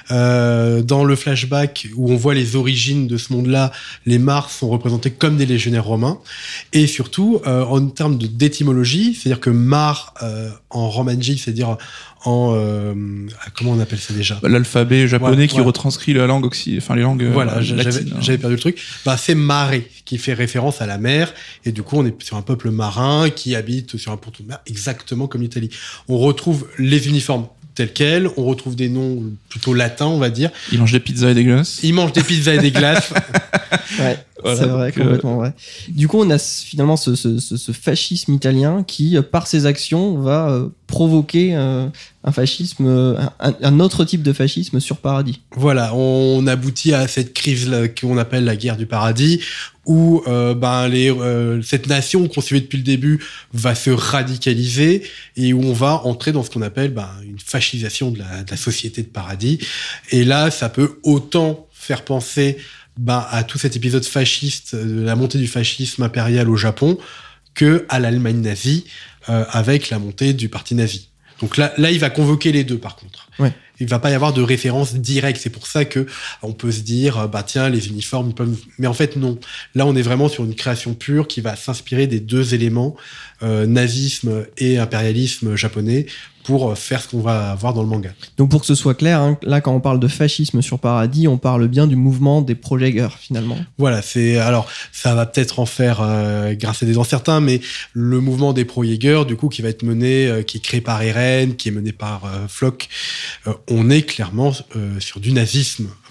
Euh, dans le flashback où on voit les origines de ce monde-là, les Mars sont représentés comme des légionnaires romains. Et surtout, euh, en termes de, d'étymologie, c'est-à-dire que Mar euh, en romanji, c'est-à-dire en euh, comment on appelle ça déjà ? L'alphabet japonais ouais, qui ouais. retranscrit la langue occ... enfin les langues voilà, euh, j'avais, latines. J'avais perdu le truc. Bah c'est mare qui fait référence à la mer et du coup on est sur un peuple marin qui habite sur un ponton de mer exactement comme l'Italie. On retrouve les uniformes tels quels, on retrouve des noms plutôt latins, on va dire. Ils mangent des pizzas et des glaces. Ils mangent des pizzas et des glaces. Ouais, voilà, c'est vrai, complètement vrai. Du coup, on a finalement ce, ce, ce, ce fascisme italien qui, par ses actions, va euh, provoquer euh, un fascisme, un, un autre type de fascisme sur Paradis. Voilà, on aboutit à cette crise qu'on appelle la guerre du paradis, où euh, ben les euh, cette nation qu'on suivait depuis le début va se radicaliser et où on va entrer dans ce qu'on appelle ben une fascisation de la, de la société de Paradis. Et là, ça peut autant faire penser ben à tout cet épisode fasciste, de la montée du fascisme impérial au Japon, que à l'Allemagne nazie euh, avec la montée du parti nazi. Donc là, là, il va convoquer les deux, par contre. Ouais. Il va pas y avoir de référence directe. C'est pour ça que on peut se dire, bah tiens, les uniformes, ils peuvent. Mais en fait, non. Là, on est vraiment sur une création pure qui va s'inspirer des deux éléments, euh, nazisme et impérialisme japonais, pour faire ce qu'on va voir dans le manga. Donc pour que ce soit clair, hein, là quand on parle de fascisme sur Paradis, on parle bien du mouvement des Pro-Jaeger finalement. Voilà, c'est alors ça va peut-être en faire euh, grincer des dents certains, mais le mouvement des Pro-Jaeger, du coup, qui va être mené, euh, qui est créé par Eren, qui est mené par euh, Flock, euh, on est clairement euh, sur du nazisme.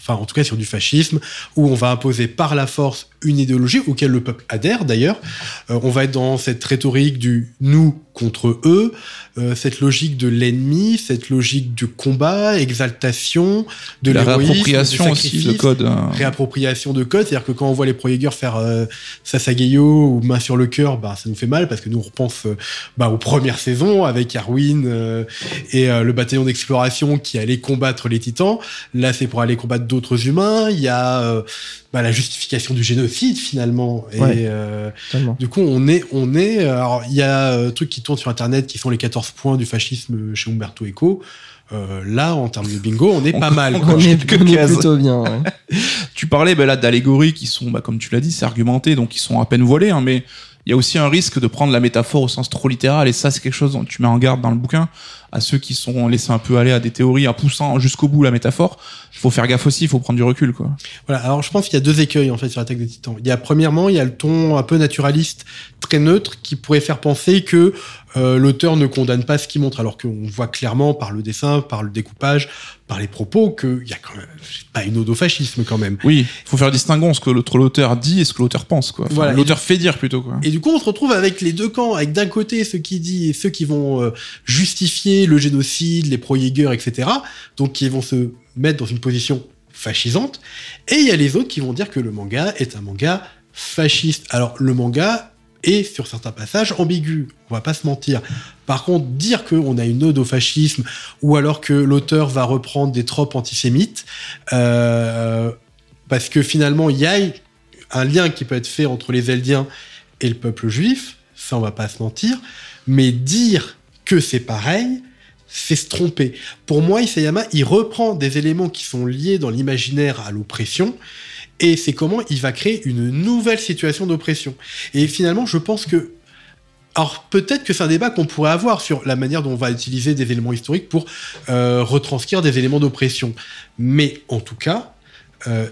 enfin en tout cas sur du fascisme, où on va imposer par la force une idéologie auquel le peuple adhère d'ailleurs. Euh, on va être dans cette rhétorique du nous contre eux, euh, cette logique de l'ennemi, cette logique du combat, exaltation, de la l'héroïsme, réappropriation aussi de code. Hein. Réappropriation de code, c'est-à-dire que quand on voit les Pro-Jaeger faire euh, Sasagayo ou main sur le cœur, bah, ça nous fait mal parce que nous on repense euh, bah, aux premières saisons avec Arwin euh, et euh, le bataillon d'exploration qui allait combattre les titans. Là c'est pour aller combattre d'autres humains. Il y a euh, bah, la justification du génocide finalement. Et ouais, euh, du coup on est, on est. Alors il y a un euh, truc qui tourne sur internet qui sont les quatorze points du fascisme chez Umberto Eco. Euh, là, en termes de bingo, on est on pas mal. On, on est, on est plutôt bien. Ouais. Tu parlais bah, là d'allégories qui sont, bah, comme tu l'as dit, c'est argumenté, donc qui sont à peine voilées, hein, mais il y a aussi un risque de prendre la métaphore au sens trop littéral, et ça c'est quelque chose dont tu mets en garde dans le bouquin à ceux qui sont laissés un peu aller à des théories en poussant jusqu'au bout la métaphore. Il faut faire gaffe aussi, il faut prendre du recul, quoi. Voilà. Alors je pense qu'il y a deux écueils en fait sur l'Attaque des Titans. Il y a premièrement, il y a le ton un peu naturaliste, très neutre, qui pourrait faire penser que euh, l'auteur ne condamne pas ce qu'il montre, alors qu'on voit clairement par le dessin, par le découpage, par les propos qu'il y a quand même pas une ode au fascisme quand même. Oui, il faut faire distinguer ce que l'autre l'auteur dit et ce que l'auteur pense, quoi. Enfin, voilà. L'auteur fait dire plutôt, quoi. Et du coup, on se retrouve avec les deux camps, avec d'un côté ceux qui disent et ceux qui vont euh, justifier le génocide, les pro-Jaeger, et cetera. Donc qui vont se mettre dans une position fascisante. Et il y a les autres qui vont dire que le manga est un manga fasciste. Alors le manga est sur certains passages ambigu, on va pas se mentir. Par contre, dire qu'on a une ode au fascisme ou alors que l'auteur va reprendre des tropes antisémites, euh, parce que finalement il y a un lien qui peut être fait entre les Eldiens et le peuple juif, ça on va pas se mentir, mais dire que c'est pareil, c'est se tromper. Pour moi, Isayama, il reprend des éléments qui sont liés dans l'imaginaire à l'oppression, et c'est comment il va créer une nouvelle situation d'oppression. Et finalement, je pense que... Alors, peut-être que c'est un débat qu'on pourrait avoir sur la manière dont on va utiliser des éléments historiques pour euh, retranscrire des éléments d'oppression. Mais en tout cas, euh,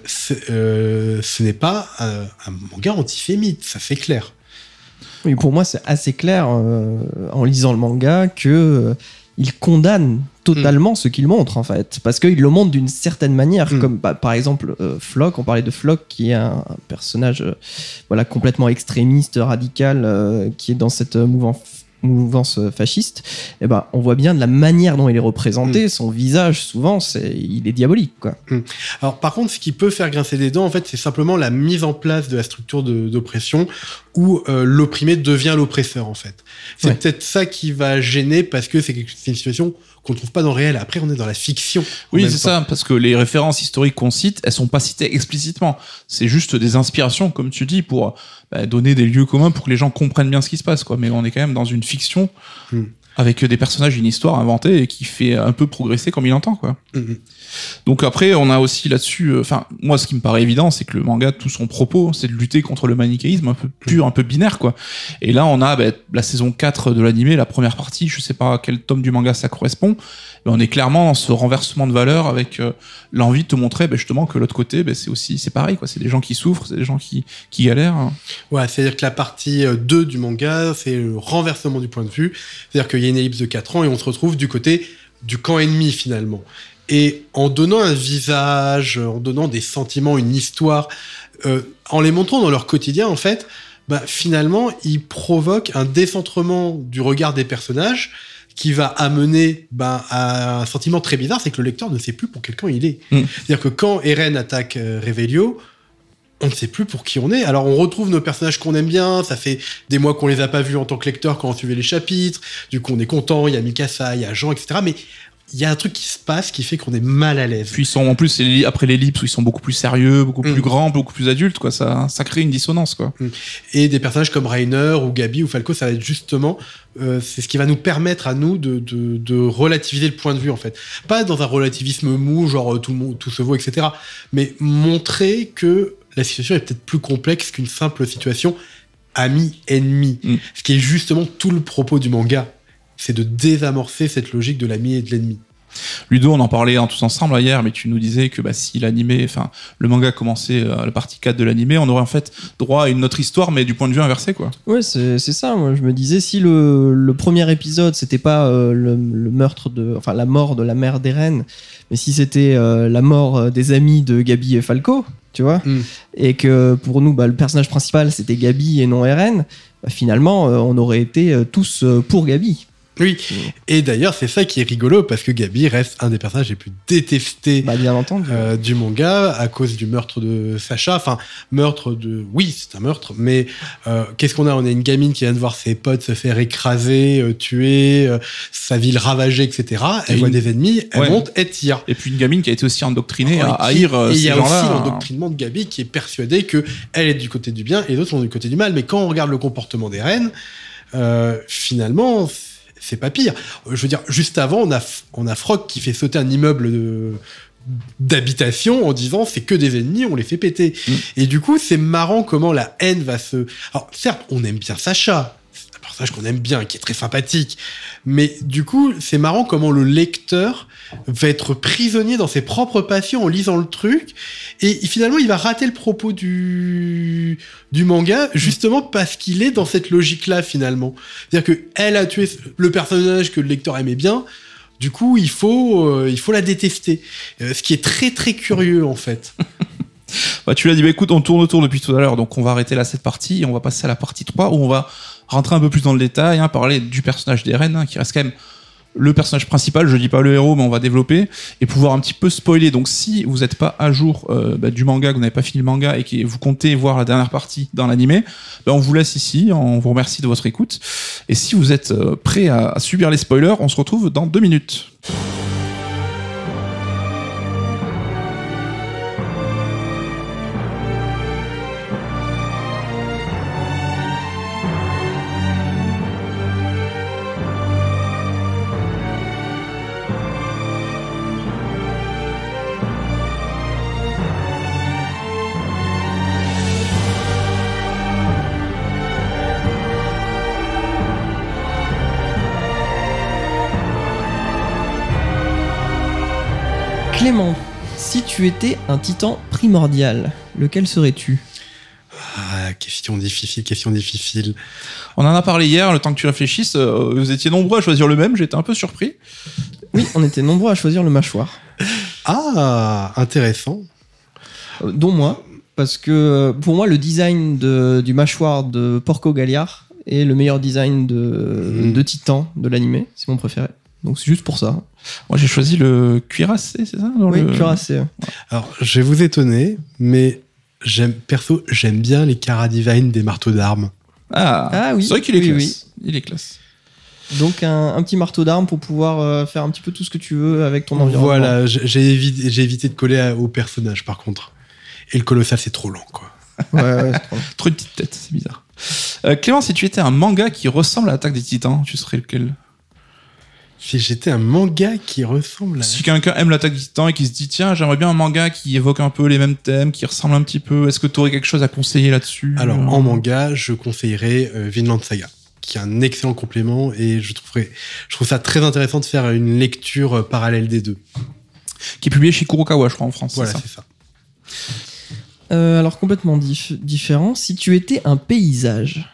euh, ce n'est pas un, un manga antisémite, ça c'est clair. Oui, pour moi, c'est assez clair euh, en lisant le manga que euh, il condamne totalement mmh. ce qu'il montre en fait, parce qu'il le montre d'une certaine manière, mmh. comme bah, par exemple euh, Floch, on parlait de Floch qui est un, un personnage euh, voilà, complètement extrémiste, radical, euh, qui est dans cette mouvance, mouvance fasciste, et ben, on voit bien de la manière dont il est représenté, mmh. son visage souvent, c'est, il est diabolique, quoi. Mmh. Alors par contre, ce qui peut faire grincer des dents, en fait, c'est simplement la mise en place de la structure de, d'oppression où euh, l'opprimé devient l'oppresseur, en fait. C'est ouais. peut-être ça qui va gêner, parce que c'est, c'est une situation qu'on ne trouve pas dans le réel. Après, on est dans la fiction. Oui, c'est ça, parce que les références historiques qu'on cite, elles sont pas citées explicitement. C'est juste des inspirations, comme tu dis, pour bah, donner des lieux communs pour que les gens comprennent bien ce qui se passe, quoi. Mais on est quand même dans une fiction mmh. avec des personnages, une histoire inventée et qui fait un peu progresser comme il entend, quoi. Mmh. Donc après, on a aussi là-dessus, enfin, euh, moi, ce qui me paraît évident, c'est que le manga, tout son propos, c'est de lutter contre le manichéisme un peu pur, un peu binaire, quoi. Et là, on a bah, la saison quatre de l'animé, la première partie, je sais pas à quel tome du manga ça correspond, mais on est clairement dans ce renversement de valeur avec euh, l'envie de te montrer bah, justement que l'autre côté, bah, c'est aussi, c'est pareil, quoi. C'est des gens qui souffrent, c'est des gens qui, qui galèrent. Hein. Ouais, c'est-à-dire que la partie deux du manga, c'est le renversement du point de vue. C'est-à-dire qu'il y a une ellipse de quatre ans et on se retrouve du côté du camp ennemi, finalement. Et en donnant un visage, en donnant des sentiments, une histoire, euh, en les montrant dans leur quotidien, en fait, bah, finalement, ils provoquent un décentrement du regard des personnages qui va amener bah, à un sentiment très bizarre, c'est que le lecteur ne sait plus pour quel camp il est. Mmh. C'est-à-dire que quand Eren attaque euh, Revelio, on ne sait plus pour qui on est. Alors on retrouve nos personnages qu'on aime bien, ça fait des mois qu'on les a pas vus en tant que lecteur quand on suivait les chapitres, du coup on est content, il y a Mikasa, il y a Jean, et cetera. Mais il y a un truc qui se passe qui fait qu'on est mal à l'aise. Puis ils sont en plus après l'ellipse où ils sont beaucoup plus sérieux, beaucoup plus mmh. grands, beaucoup plus adultes, quoi. Ça, ça crée une dissonance, quoi. Mmh. Et des personnages comme Reiner ou Gabi ou Falco, ça va être justement, euh, c'est ce qui va nous permettre à nous de, de, de relativiser le point de vue, en fait. Pas dans un relativisme mou, genre tout le monde, tout se vaut, et cetera. Mais montrer que la situation est peut-être plus complexe qu'une simple situation ami-ennemi. Mmh. Ce qui est justement tout le propos du manga. C'est de désamorcer cette logique de l'ami et de l'ennemi. Ludo, on en parlait hein, tous ensemble hier, mais tu nous disais que bah, si l'animé, enfin le manga commençait à la partie quatre de l'animé, on aurait en fait droit à une autre histoire, mais du point de vue inversé, quoi. Ouais, c'est, c'est ça. Moi, je me disais, si le, le premier épisode, c'était pas euh, le, le meurtre de, enfin la mort de la mère d'Eren, mais si c'était euh, la mort des amis de Gabi et Falco, tu vois, mm. et que pour nous, bah, le personnage principal, c'était Gabi et non Eren, bah, finalement, euh, on aurait été euh, tous euh, pour Gabi. Oui, et d'ailleurs c'est ça qui est rigolo parce que Gabi reste un des personnages les plus détestés bah, bien entendu. Euh, du manga à cause du meurtre de Sacha. Enfin, meurtre de... Oui, c'est un meurtre, mais euh, qu'est-ce qu'on a ? On a une gamine qui vient de voir ses potes se faire écraser, euh, tuer, euh, sa ville ravagée, et cetera. Elle et voit une... des ennemis, elle ouais. monte, elle tire. Et puis une gamine qui a été aussi endoctrinée oh, à haïr euh, ces gens-là. Et il y a aussi l'endoctrinement de Gabi qui est persuadée qu'elle est du côté du bien et les autres sont du côté du mal. Mais quand on regarde le comportement d'Eren, euh, finalement... c'est pas pire. Je veux dire, juste avant, on a, on a Frog qui fait sauter un immeuble de, d'habitation en disant c'est que des ennemis, on les fait péter. Mmh. Et du coup, c'est marrant comment la haine va se... Alors, certes, on aime bien Sacha, c'est un personnage qu'on aime bien, qui est très sympathique, mais du coup, c'est marrant comment le lecteur va être prisonnier dans ses propres passions en lisant le truc, et finalement, il va rater le propos du, du manga, justement parce qu'il est dans cette logique-là, finalement. C'est-à-dire qu'elle a tué le personnage que le lecteur aimait bien, du coup, il faut, euh, il faut la détester. Euh, ce qui est très, très curieux, en fait. Bah, tu l'as dit, bah, écoute, on tourne autour depuis tout à l'heure, donc on va arrêter là cette partie, et on va passer à la partie trois, où on va rentrer un peu plus dans le détail, hein, parler du personnage d'Eren, hein, qui reste quand même le personnage principal, je dis pas le héros, mais on va développer, et pouvoir un petit peu spoiler. Donc si vous n'êtes pas à jour euh, bah, du manga, que vous n'avez pas fini le manga, et que vous comptez voir la dernière partie dans l'animé, bah, on vous laisse ici, on vous remercie de votre écoute, et si vous êtes euh, prêts à, à subir les spoilers, on se retrouve dans deux minutes. Clément, si tu étais un titan primordial, lequel serais-tu ? Ah, question difficile, question difficile. On en a parlé hier, le temps que tu réfléchisses, euh, vous étiez nombreux à choisir le même, j'étais un peu surpris. Oui, on était nombreux à choisir le mâchoire. Ah, intéressant. Euh, dont moi, parce que pour moi, le design de, du mâchoire de Porco Galliard est le meilleur design de, mmh. de titan de l'animé, c'est mon préféré. Donc c'est juste pour ça. Moi j'ai choisi le cuirassé, c'est ça dans Oui, le... cuirassé. Ouais. Alors je vais vous étonner, mais j'aime perso, j'aime bien les Cara Divine des marteaux d'armes. Ah, ah oui, c'est vrai qu'il est oui, classe. Oui. Il est classe. Donc un, un petit marteau d'armes pour pouvoir euh, faire un petit peu tout ce que tu veux avec ton environnement. Voilà, j'ai évité, j'ai évité de coller à, au personnage par contre. Et le colossal c'est trop lent quoi. Ouais, ouais, c'est trop lent. Trop une petite tête, c'est bizarre. Euh, Clément, si tu étais un manga qui ressemble à l'Attaque des Titans, tu serais lequel ? Si j'étais un manga qui ressemble à... Si quelqu'un aime l'Attaque des Titans et qui se dit tiens, j'aimerais bien un manga qui évoque un peu les mêmes thèmes, qui ressemble un petit peu, est-ce que tu aurais quelque chose à conseiller là-dessus ? Alors en manga, je conseillerais euh, Vinland Saga, qui est un excellent complément et je trouverais, je trouve ça très intéressant de faire une lecture euh, parallèle des deux. Qui est publié chez Kurokawa, je crois, en France. Voilà, c'est ça. c'est ça. Euh, alors complètement dif- différent, si tu étais un paysage.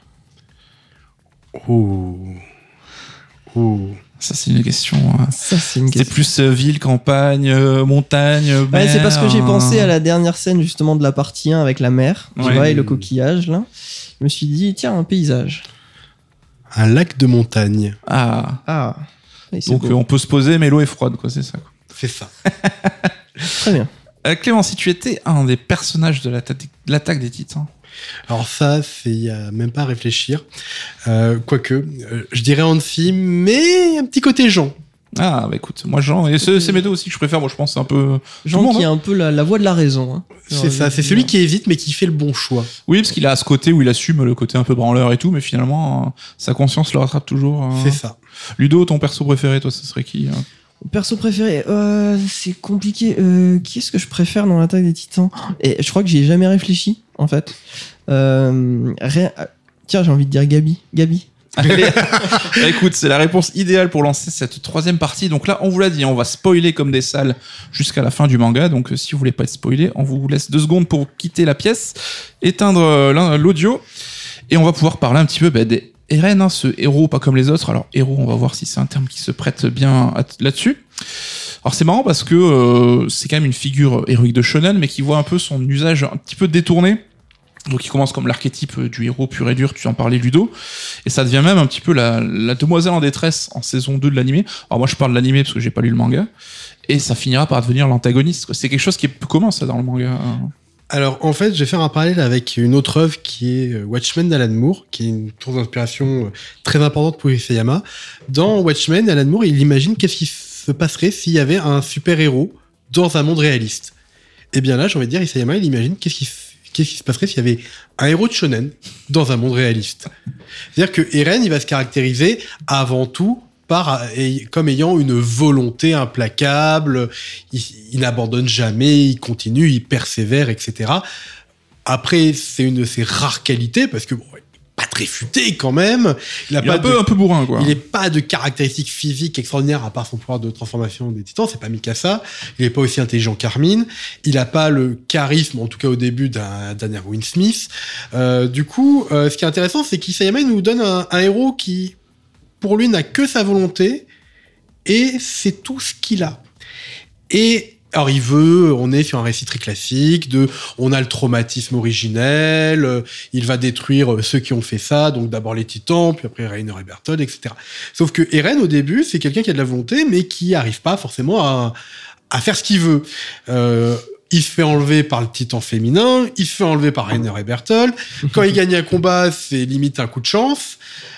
Oh... Oh... Ça, c'est une question. Ça, c'est une question. C'est plus euh, ville, campagne, euh, montagne, mer. Ouais, c'est parce que j'ai pensé à la dernière scène, justement, de la partie un avec la mer, tu ouais. vois, et le coquillage, là. Je me suis dit, tiens, un paysage. Un lac de montagne. Ah. Ah. Et donc, euh, on peut se poser, mais l'eau est froide, quoi, c'est ça. Quoi. C'est ça. Très bien. Euh, Clément, si tu étais un des personnages de l'attaque, de l'attaque des Titans. Alors ça, c'est il y a même pas à réfléchir. Euh, quoique, euh, je dirais Hansi, mais un petit côté Jean. Ah bah écoute, moi Jean, et c'est, c'est mes deux aussi que je préfère. Moi je pense c'est un peu Jean monde, qui hein. a un peu la, la voix de la raison. Hein. C'est ça, c'est celui qui évite mais qui fait le bon choix. Oui, parce qu'il a ce côté où il assume le côté un peu branleur et tout, mais finalement euh, sa conscience le rattrape toujours. Euh... C'est ça. Ludo, ton perso préféré, toi, ce serait qui hein? Perso préféré, euh, c'est compliqué. Euh, qui est-ce que je préfère dans l'Attaque des Titans ? Et je crois que j'y ai jamais réfléchi, en fait. Euh, rien... Tiens, j'ai envie de dire Gabi. Gabi. Allez, bah, écoute, c'est la réponse idéale pour lancer cette troisième partie. Donc là, on vous l'a dit, on va spoiler comme des salles jusqu'à la fin du manga. Donc euh, si vous voulez pas être spoilé, on vous laisse deux secondes pour quitter la pièce, éteindre euh, l'audio, et on va pouvoir parler un petit peu bah, des Eren, hein, ce héros pas comme les autres. Alors héros, on va voir si c'est un terme qui se prête bien à- là-dessus. Alors c'est marrant parce que euh, c'est quand même une figure héroïque de shonen, mais qui voit un peu son usage un petit peu détourné. Donc il commence comme l'archétype du héros pur et dur, tu en parlais Ludo, et ça devient même un petit peu la, la demoiselle en détresse en saison deux de l'animé. Alors moi je parle de l'animé parce que j'ai pas lu le manga, et ça finira par devenir l'antagoniste, quoi. C'est quelque chose qui est peu commun ça dans le manga. Alors, en fait, je vais faire un parallèle avec une autre œuvre qui est euh, Watchmen d'Alan Moore, qui est une source d'inspiration euh, très importante pour Isayama. Dans Watchmen, Alan Moore, il imagine qu'est-ce qui se passerait s'il y avait un super-héros dans un monde réaliste. Et bien là, j'ai envie de dire, Isayama, il imagine qu'est-ce qui, qu'est-ce qui se passerait s'il y avait un héros de shonen dans un monde réaliste. C'est-à-dire que Eren, il va se caractériser avant tout par, et, comme ayant une volonté implacable, il, il n'abandonne jamais, il continue, il persévère, et cetera. Après, c'est une de ses rares qualités, parce que bon, il n'est pas très futé quand même. Il a Il est pas un peu, de, un peu bourrin, quoi. il n'est pas de caractéristiques physiques extraordinaires, à part son pouvoir de transformation des titans, c'est pas Mikasa. Il n'est pas aussi intelligent qu'Armin. Il n'a pas le charisme, en tout cas au début, d'un, d'un Erwin Smith. Euh, du coup, euh, ce qui est intéressant, c'est qu'Isayama nous donne un, un héros qui, pour lui, n'a que sa volonté, et c'est tout ce qu'il a. Et alors il veut, on est sur un récit très classique de, on a le traumatisme originel, euh, il va détruire euh, ceux qui ont fait ça, donc d'abord les Titans, puis après Reiner et Berthold, et cetera. Sauf que Eren au début, c'est quelqu'un qui a de la volonté, mais qui arrive pas forcément à, à faire ce qu'il veut. Euh, il se fait enlever par le Titan féminin, il se fait enlever par Reiner et Berthold. Quand il gagne un combat, c'est limite un coup de chance.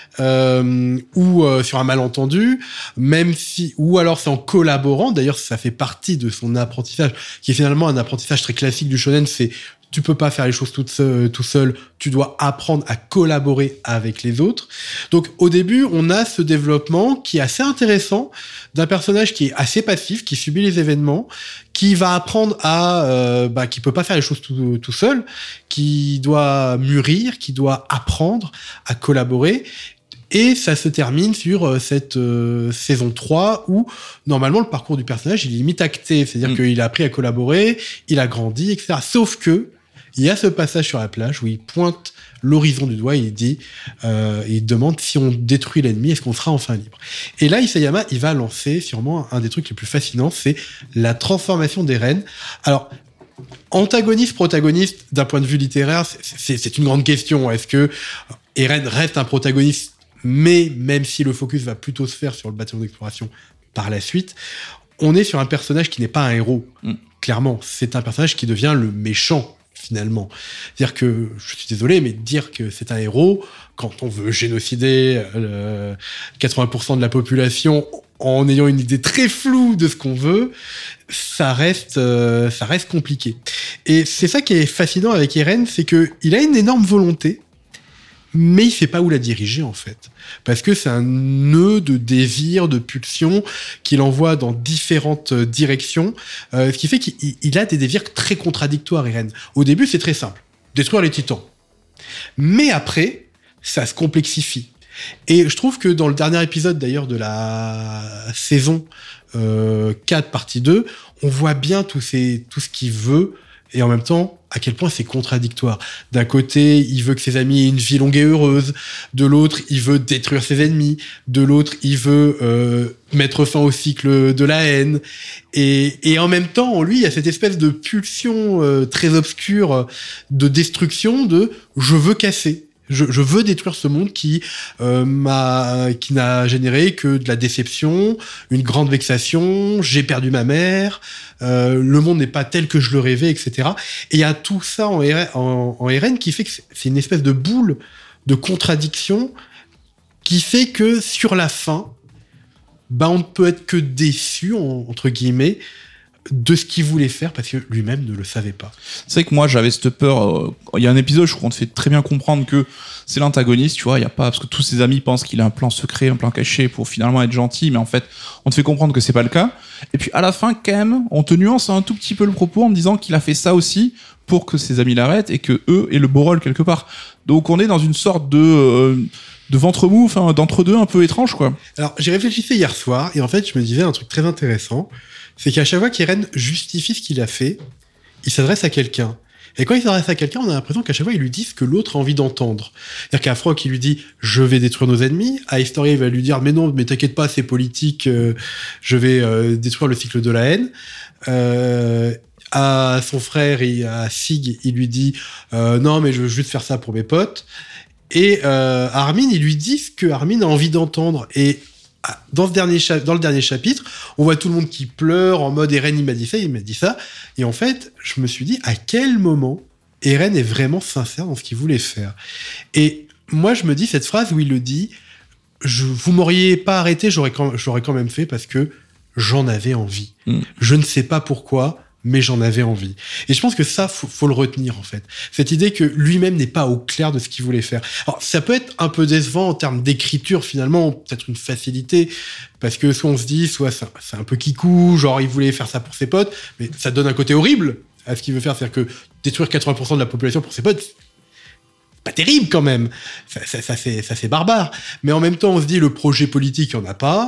Euh, ou euh, sur un malentendu, même si, ou alors c'est en collaborant. D'ailleurs, ça fait partie de son apprentissage, qui est finalement un apprentissage très classique du shonen. C'est tu peux pas faire les choses tout seul, tout seul. Tu dois apprendre à collaborer avec les autres. Donc, au début, on a ce développement qui est assez intéressant d'un personnage qui est assez passif, qui subit les événements, qui va apprendre à, euh, bah, qui peut pas faire les choses tout, tout seul, qui doit mûrir, qui doit apprendre à collaborer. Et ça se termine sur euh, cette euh, saison trois où, normalement, le parcours du personnage, il est limite acté. C'est-à-dire mmh. qu'il a appris à collaborer, il a grandi, et cetera. Sauf que, il y a ce passage sur la plage où il pointe l'horizon du doigt et il dit, euh, il demande si on détruit l'ennemi, est-ce qu'on sera enfin libre? Et là, Isayama, il va lancer sûrement un des trucs les plus fascinants, c'est la transformation d'Eren. Alors, antagoniste, protagoniste, d'un point de vue littéraire, c'est, c'est, c'est une grande question. Est-ce que Eren reste un protagoniste? Mais même si le focus va plutôt se faire sur le bataillon d'exploration par la suite, on est sur un personnage qui n'est pas un héros. Mm. Clairement, c'est un personnage qui devient le méchant, finalement. C'est-à-dire que, je suis désolé, mais dire que c'est un héros, quand on veut génocider euh, quatre-vingts pour cent de la population en ayant une idée très floue de ce qu'on veut, ça reste, euh, ça reste compliqué. Et c'est ça qui est fascinant avec Eren, c'est qu'il a une énorme volonté, mais il sait pas où la diriger, en fait. Parce que c'est un nœud de désir, de pulsion, qu'il envoie dans différentes directions, euh, ce qui fait qu'il il a des désirs très contradictoires, Eren. Au début, c'est très simple. Détruire les titans. Mais après, ça se complexifie. Et je trouve que dans le dernier épisode, d'ailleurs, de la saison euh, quatre, partie deux, on voit bien tout, ces, tout ce qu'il veut, et en même temps, à quel point c'est contradictoire. D'un côté, il veut que ses amis aient une vie longue et heureuse. De l'autre, il veut détruire ses ennemis. De l'autre, il veut euh, mettre fin au cycle de la haine. Et, et en même temps, en lui, il y a cette espèce de pulsion euh, très obscure de destruction de « je veux casser ». Je, je veux détruire ce monde qui euh, m'a, qui n'a généré que de la déception, une grande vexation. J'ai perdu ma mère. Euh, le monde n'est pas tel que je le rêvais, et cetera. Et il y a tout ça en, en, en Eren qui fait que c'est une espèce de boule de contradiction qui fait que sur la fin, bah on ne peut être que déçu en, entre guillemets de ce qu'il voulait faire parce que lui-même ne le savait pas. C'est vrai que moi j'avais cette peur. Il euh, y a un épisode, je crois, on te fait très bien comprendre que c'est l'antagoniste, tu vois. Il y a pas parce que tous ses amis pensent qu'il a un plan secret, un plan caché pour finalement être gentil, mais en fait, on te fait comprendre que c'est pas le cas. Et puis à la fin, quand même, on te nuance un tout petit peu le propos en me disant qu'il a fait ça aussi pour que ses amis l'arrêtent et que eux aient le beau rôle quelque part. Donc on est dans une sorte de euh, de ventre mou, enfin d'entre-deux un peu étrange, quoi. Alors, j'ai réfléchi hier soir, et en fait, je me disais un truc très intéressant, c'est qu'à chaque fois qu'Eren justifie ce qu'il a fait, il s'adresse à quelqu'un. Et quand il s'adresse à quelqu'un, on a l'impression qu'à chaque fois, il lui dit ce que l'autre a envie d'entendre. C'est-à-dire qu'à Frog, il lui dit « je vais détruire nos ennemis ». À Historia, il va lui dire « mais non, mais t'inquiète pas, c'est politique, euh, je vais euh, détruire le cycle de la haine euh, ». À son frère et à Sig, il lui dit euh, « non, mais je veux juste faire ça pour mes potes ». Et euh, à Armin, il lui dit ce que Armin a envie d'entendre. Et dans, ce dernier cha- dans le dernier chapitre, on voit tout le monde qui pleure en mode Eren, il m'a dit ça, il m'a dit ça. Et en fait, je me suis dit à quel moment Eren est vraiment sincère dans ce qu'il voulait faire. Et moi, je me dis cette phrase où il le dit je, vous m'auriez pas arrêté, j'aurais quand, j'aurais quand même fait parce que j'en avais envie. Mm. Je ne sais pas pourquoi, mais j'en avais envie. Et je pense que ça, faut, faut le retenir, en fait. Cette idée que lui-même n'est pas au clair de ce qu'il voulait faire. Alors, ça peut être un peu décevant en termes d'écriture, finalement, peut-être une facilité, parce que soit on se dit, soit c'est un, c'est un peu kikou, genre il voulait faire ça pour ses potes, mais ça donne un côté horrible à ce qu'il veut faire, c'est-à-dire que détruire quatre-vingts pour cent de la population pour ses potes, pas terrible quand même, ça, ça, ça, fait, ça fait barbare. Mais en même temps, on se dit, le projet politique, il n'y en a pas,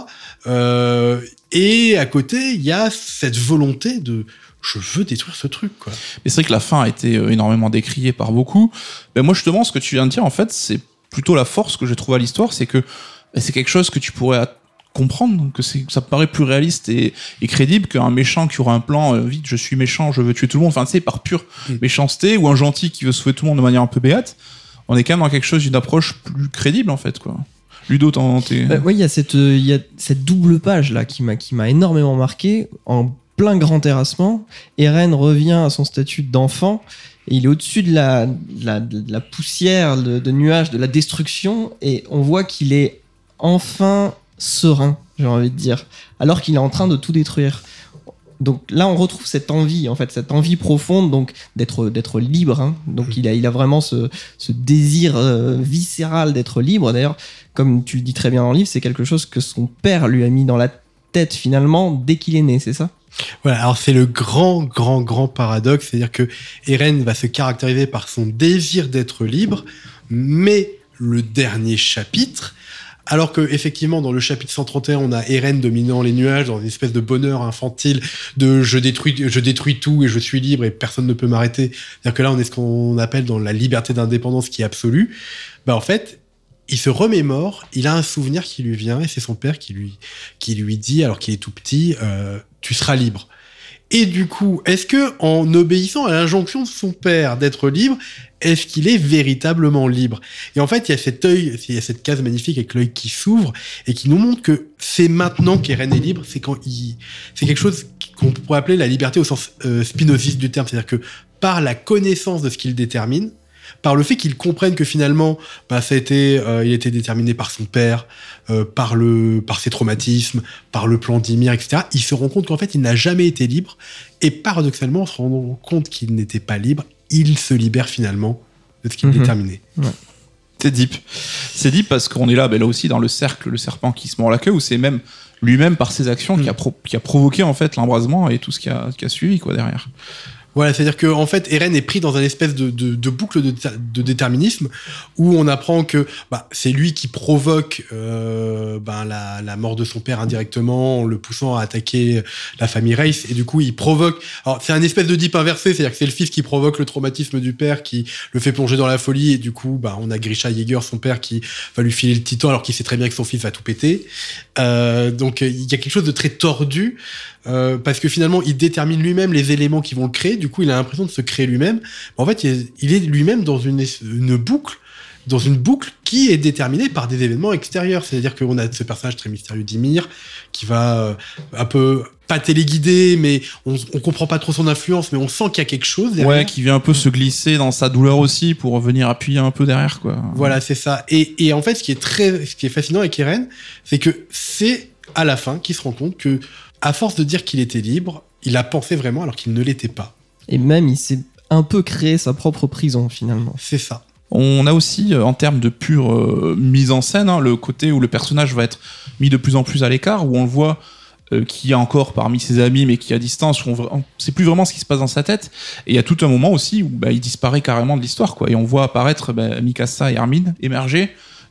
euh, et à côté, il y a cette volonté de je veux détruire ce truc, quoi. Mais c'est vrai que la fin a été énormément décriée par beaucoup. Ben moi, justement, ce que tu viens de dire, en fait, c'est plutôt la force que je trouve à l'histoire, c'est que ben, c'est quelque chose que tu pourrais comprendre, que c'est, ça paraît plus réaliste et, et crédible qu'un méchant qui aura un plan, euh, vite, je suis méchant, je veux tuer tout le monde, enfin, tu sais, par pure mmh. méchanceté, ou un gentil qui veut sauver tout le monde de manière un peu béate. On est quand même dans quelque chose d'une approche plus crédible, en fait, quoi. Ludo, t'en t'es... Bah, ouais, il y a cette, il y a cette double page, là, qui m'a, qui m'a énormément marqué. En plein grand terrassement, Eren revient à son statut d'enfant et il est au-dessus de la, de la, de la poussière, de, de nuages, de la destruction, et on voit qu'il est enfin serein, j'ai envie de dire, alors qu'il est en train de tout détruire. Donc là, on retrouve cette envie, en fait, cette envie profonde, donc d'être d'être libre. Hein. Donc il a il a vraiment ce ce désir euh, viscéral d'être libre. D'ailleurs, comme tu le dis très bien dans le livre, c'est quelque chose que son père lui a mis dans la tête finalement dès qu'il est né, c'est ça ? Voilà, alors c'est le grand, grand, grand paradoxe, c'est-à-dire que Eren va se caractériser par son désir d'être libre, mais le dernier chapitre, alors que effectivement dans le chapitre cent trente et un, on a Eren dominant les nuages dans une espèce de bonheur infantile de je détruis, je détruis tout et je suis libre et personne ne peut m'arrêter. C'est-à-dire que là, on est ce qu'on appelle dans la liberté d'indépendance qui est absolue. Bah en fait, il se remémore, il a un souvenir qui lui vient et c'est son père qui lui, qui lui dit, alors qu'il est tout petit, euh, tu seras libre. Et du coup, est-ce que en obéissant à l'injonction de son père d'être libre, est-ce qu'il est véritablement libre ? Et en fait, il y a cet œil, il y a cette case magnifique avec l'œil qui s'ouvre et qui nous montre que c'est maintenant qu'Eren est libre. C'est quand il, c'est quelque chose qu'on pourrait appeler la liberté au sens euh, spinoziste du terme, c'est-à-dire que par la connaissance de ce qu'il détermine, par le fait qu'il comprenne que finalement, bah, ça a été, euh, il a été déterminé par son père, euh, par le, par ses traumatismes, par le plan d'Ymir, et cetera. Il se rend compte qu'en fait, il n'a jamais été libre. Et paradoxalement, en se rendant compte qu'il n'était pas libre, il se libère finalement de ce qu'il mmh. déterminait. Ouais. C'est deep. C'est deep parce qu'on est là, ben là aussi dans le cercle, le serpent qui se mord la queue, où c'est même lui-même par ses actions mmh. qui a pro- qui a provoqué en fait l'embrasement et tout ce qui a, qui a suivi quoi derrière. Voilà, c'est-à-dire que en fait, Eren est pris dans un espèce de, de, de boucle de, de déterminisme où on apprend que bah, c'est lui qui provoque euh, bah, la, la mort de son père indirectement en le poussant à attaquer la famille Reiss, et du coup, il provoque... Alors, c'est un espèce de dip inversé, c'est-à-dire que c'est le fils qui provoque le traumatisme du père, qui le fait plonger dans la folie, et du coup, bah, on a Grisha Yeager, son père, qui va lui filer le titan alors qu'il sait très bien que son fils va tout péter. Euh, donc, il y a quelque chose de très tordu, euh, parce que finalement, il détermine lui-même les éléments qui vont le créer. Du coup, il a l'impression de se créer lui-même. En fait, il est lui-même dans une, une boucle, dans une boucle qui est déterminée par des événements extérieurs. C'est-à-dire qu'on a ce personnage très mystérieux d'Ymir qui va euh, un peu pas téléguider, mais on, on comprend pas trop son influence, mais on sent qu'il y a quelque chose derrière. Ouais, qui vient un peu se glisser dans sa douleur aussi pour venir appuyer un peu derrière, quoi. Voilà, c'est ça. Et, et en fait, ce qui est très, ce qui est fascinant avec Eren, c'est que c'est à la fin qu'il se rend compte que, à force de dire qu'il était libre, il a pensé vraiment alors qu'il ne l'était pas. Et même, il s'est un peu créé sa propre prison, finalement. C'est ça. On a aussi, en termes de pure euh, mise en scène, hein, le côté où le personnage va être mis de plus en plus à l'écart, où on le voit euh, qui est encore parmi ses amis, mais qui est à distance, où on ne sait plus vraiment ce qui se passe dans sa tête. Et il y a tout un moment aussi où bah, il disparaît carrément de l'histoire, quoi. Et on voit apparaître bah, Mikasa et Armin émerger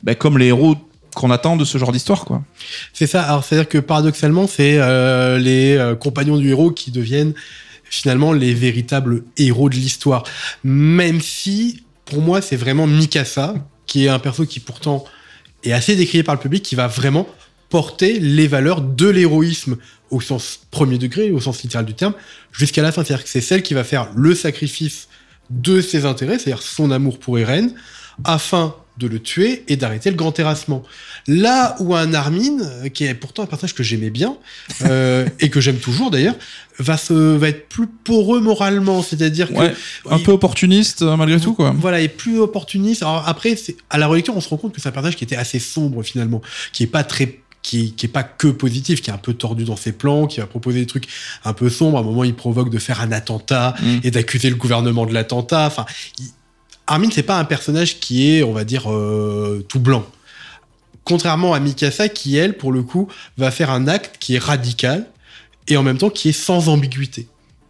bah, comme les héros qu'on attend de ce genre d'histoire, quoi. C'est ça. Alors, c'est-à-dire que paradoxalement, c'est euh, les euh, compagnons du héros qui deviennent finalement les véritables héros de l'histoire. Même si, pour moi, c'est vraiment Mikasa, qui est un perso qui pourtant est assez décrié par le public, qui va vraiment porter les valeurs de l'héroïsme au sens premier degré, au sens littéral du terme, jusqu'à la fin. C'est-à-dire que c'est celle qui va faire le sacrifice de ses intérêts, c'est-à-dire son amour pour Eren, afin de le tuer et d'arrêter le grand terrassement. Là où un Armin, qui est pourtant un personnage que j'aimais bien, euh, et que j'aime toujours d'ailleurs, va, se, va être plus poreux moralement, c'est-à-dire ouais, que... un il, peu opportuniste malgré tout, quoi. Voilà, et plus opportuniste. Alors après, c'est, à la relecture, on se rend compte que c'est un personnage qui était assez sombre finalement, qui est pas très... qui, qui est pas que positif, qui est un peu tordu dans ses plans, qui va proposer des trucs un peu sombres. À un moment, il provoque de faire un attentat mmh. et d'accuser le gouvernement de l'attentat. Enfin, il... Armin, c'est pas un personnage qui est, on va dire, euh, tout blanc. Contrairement à Mikasa, qui, elle, pour le coup, va faire un acte qui est radical et en même temps qui est sans ambiguïté.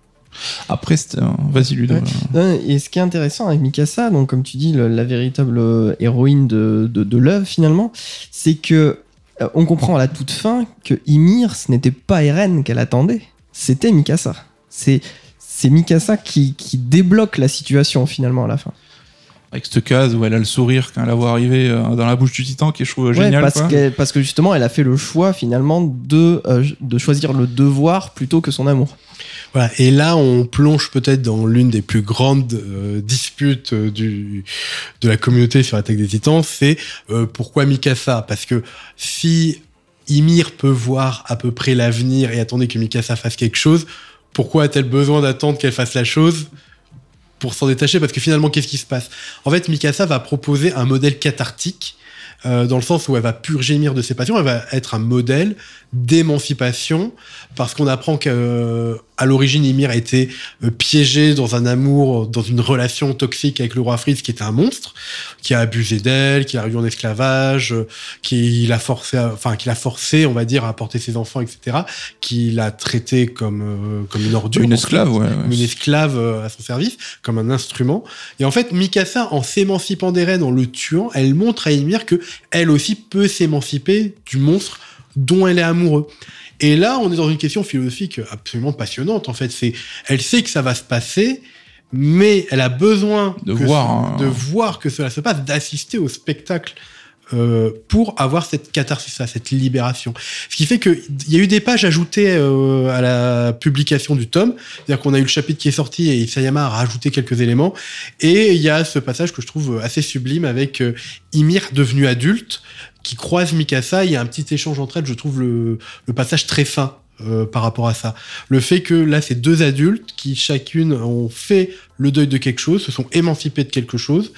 Après, c'était un... vas-y, Ludo. Ouais. Et ce qui est intéressant avec Mikasa, donc comme tu dis, le, la véritable héroïne de, de, de l'œuvre, finalement, c'est que euh, on comprend à la toute fin que Ymir, ce n'était pas Eren qu'elle attendait, c'était Mikasa. C'est, c'est Mikasa qui, qui débloque la situation, finalement, à la fin. Avec cette case où elle a le sourire quand elle la voit arriver dans la bouche du titan, qui est, je trouve, ouais, génial. Parce, quoi. que, parce que justement, elle a fait le choix finalement de, euh, de choisir le devoir plutôt que son amour. Voilà. Et là, on plonge peut-être dans l'une des plus grandes euh, disputes euh, du, de la communauté sur l'Attaque des Titans, c'est euh, pourquoi Mikasa ? Parce que si Ymir peut voir à peu près l'avenir et attendre que Mikasa fasse quelque chose, pourquoi a-t-elle besoin d'attendre qu'elle fasse la chose pour s'en détacher? Parce que finalement, qu'est-ce qui se passe? En fait, Mikasa va proposer un modèle cathartique, euh, dans le sens où elle va purger Ymir de ses passions, elle va être un modèle d'émancipation, parce qu'on apprend qu'à euh, l'origine, Ymir a été euh, piégé dans un amour, dans une relation toxique avec le roi Fritz, qui est un monstre, qui a abusé d'elle, qui l'a réduit en esclavage, euh, qui l'a forcé, à, enfin, qui l'a forcé, on va dire, à porter ses enfants, et cetera, qui l'a traité comme, euh, comme une ordure. Une esclave, ouais, ouais. Une esclave euh, à son service, comme un instrument. Et en fait, Mikasa, en s'émancipant d'Eren, en le tuant, elle montre à Ymir que elle aussi peut s'émanciper du monstre dont elle est amoureuse. Et là, on est dans une question philosophique absolument passionnante. En fait, c'est, elle sait que ça va se passer, mais elle a besoin de que voir, ce, hein. de voir que cela se passe, d'assister au spectacle. Euh, pour avoir cette catharsis, cette libération. Ce qui fait qu'il y a eu des pages ajoutées euh, à la publication du tome, c'est-à-dire qu'on a eu le chapitre qui est sorti et Isayama a rajouté quelques éléments, et il y a ce passage que je trouve assez sublime avec euh, Ymir devenu adulte, qui croise Mikasa, il y a un petit échange entre elles, je trouve le, le passage très fin euh, par rapport à ça. Le fait que là, c'est deux adultes qui chacune ont fait le deuil de quelque chose, se sont émancipés de quelque chose,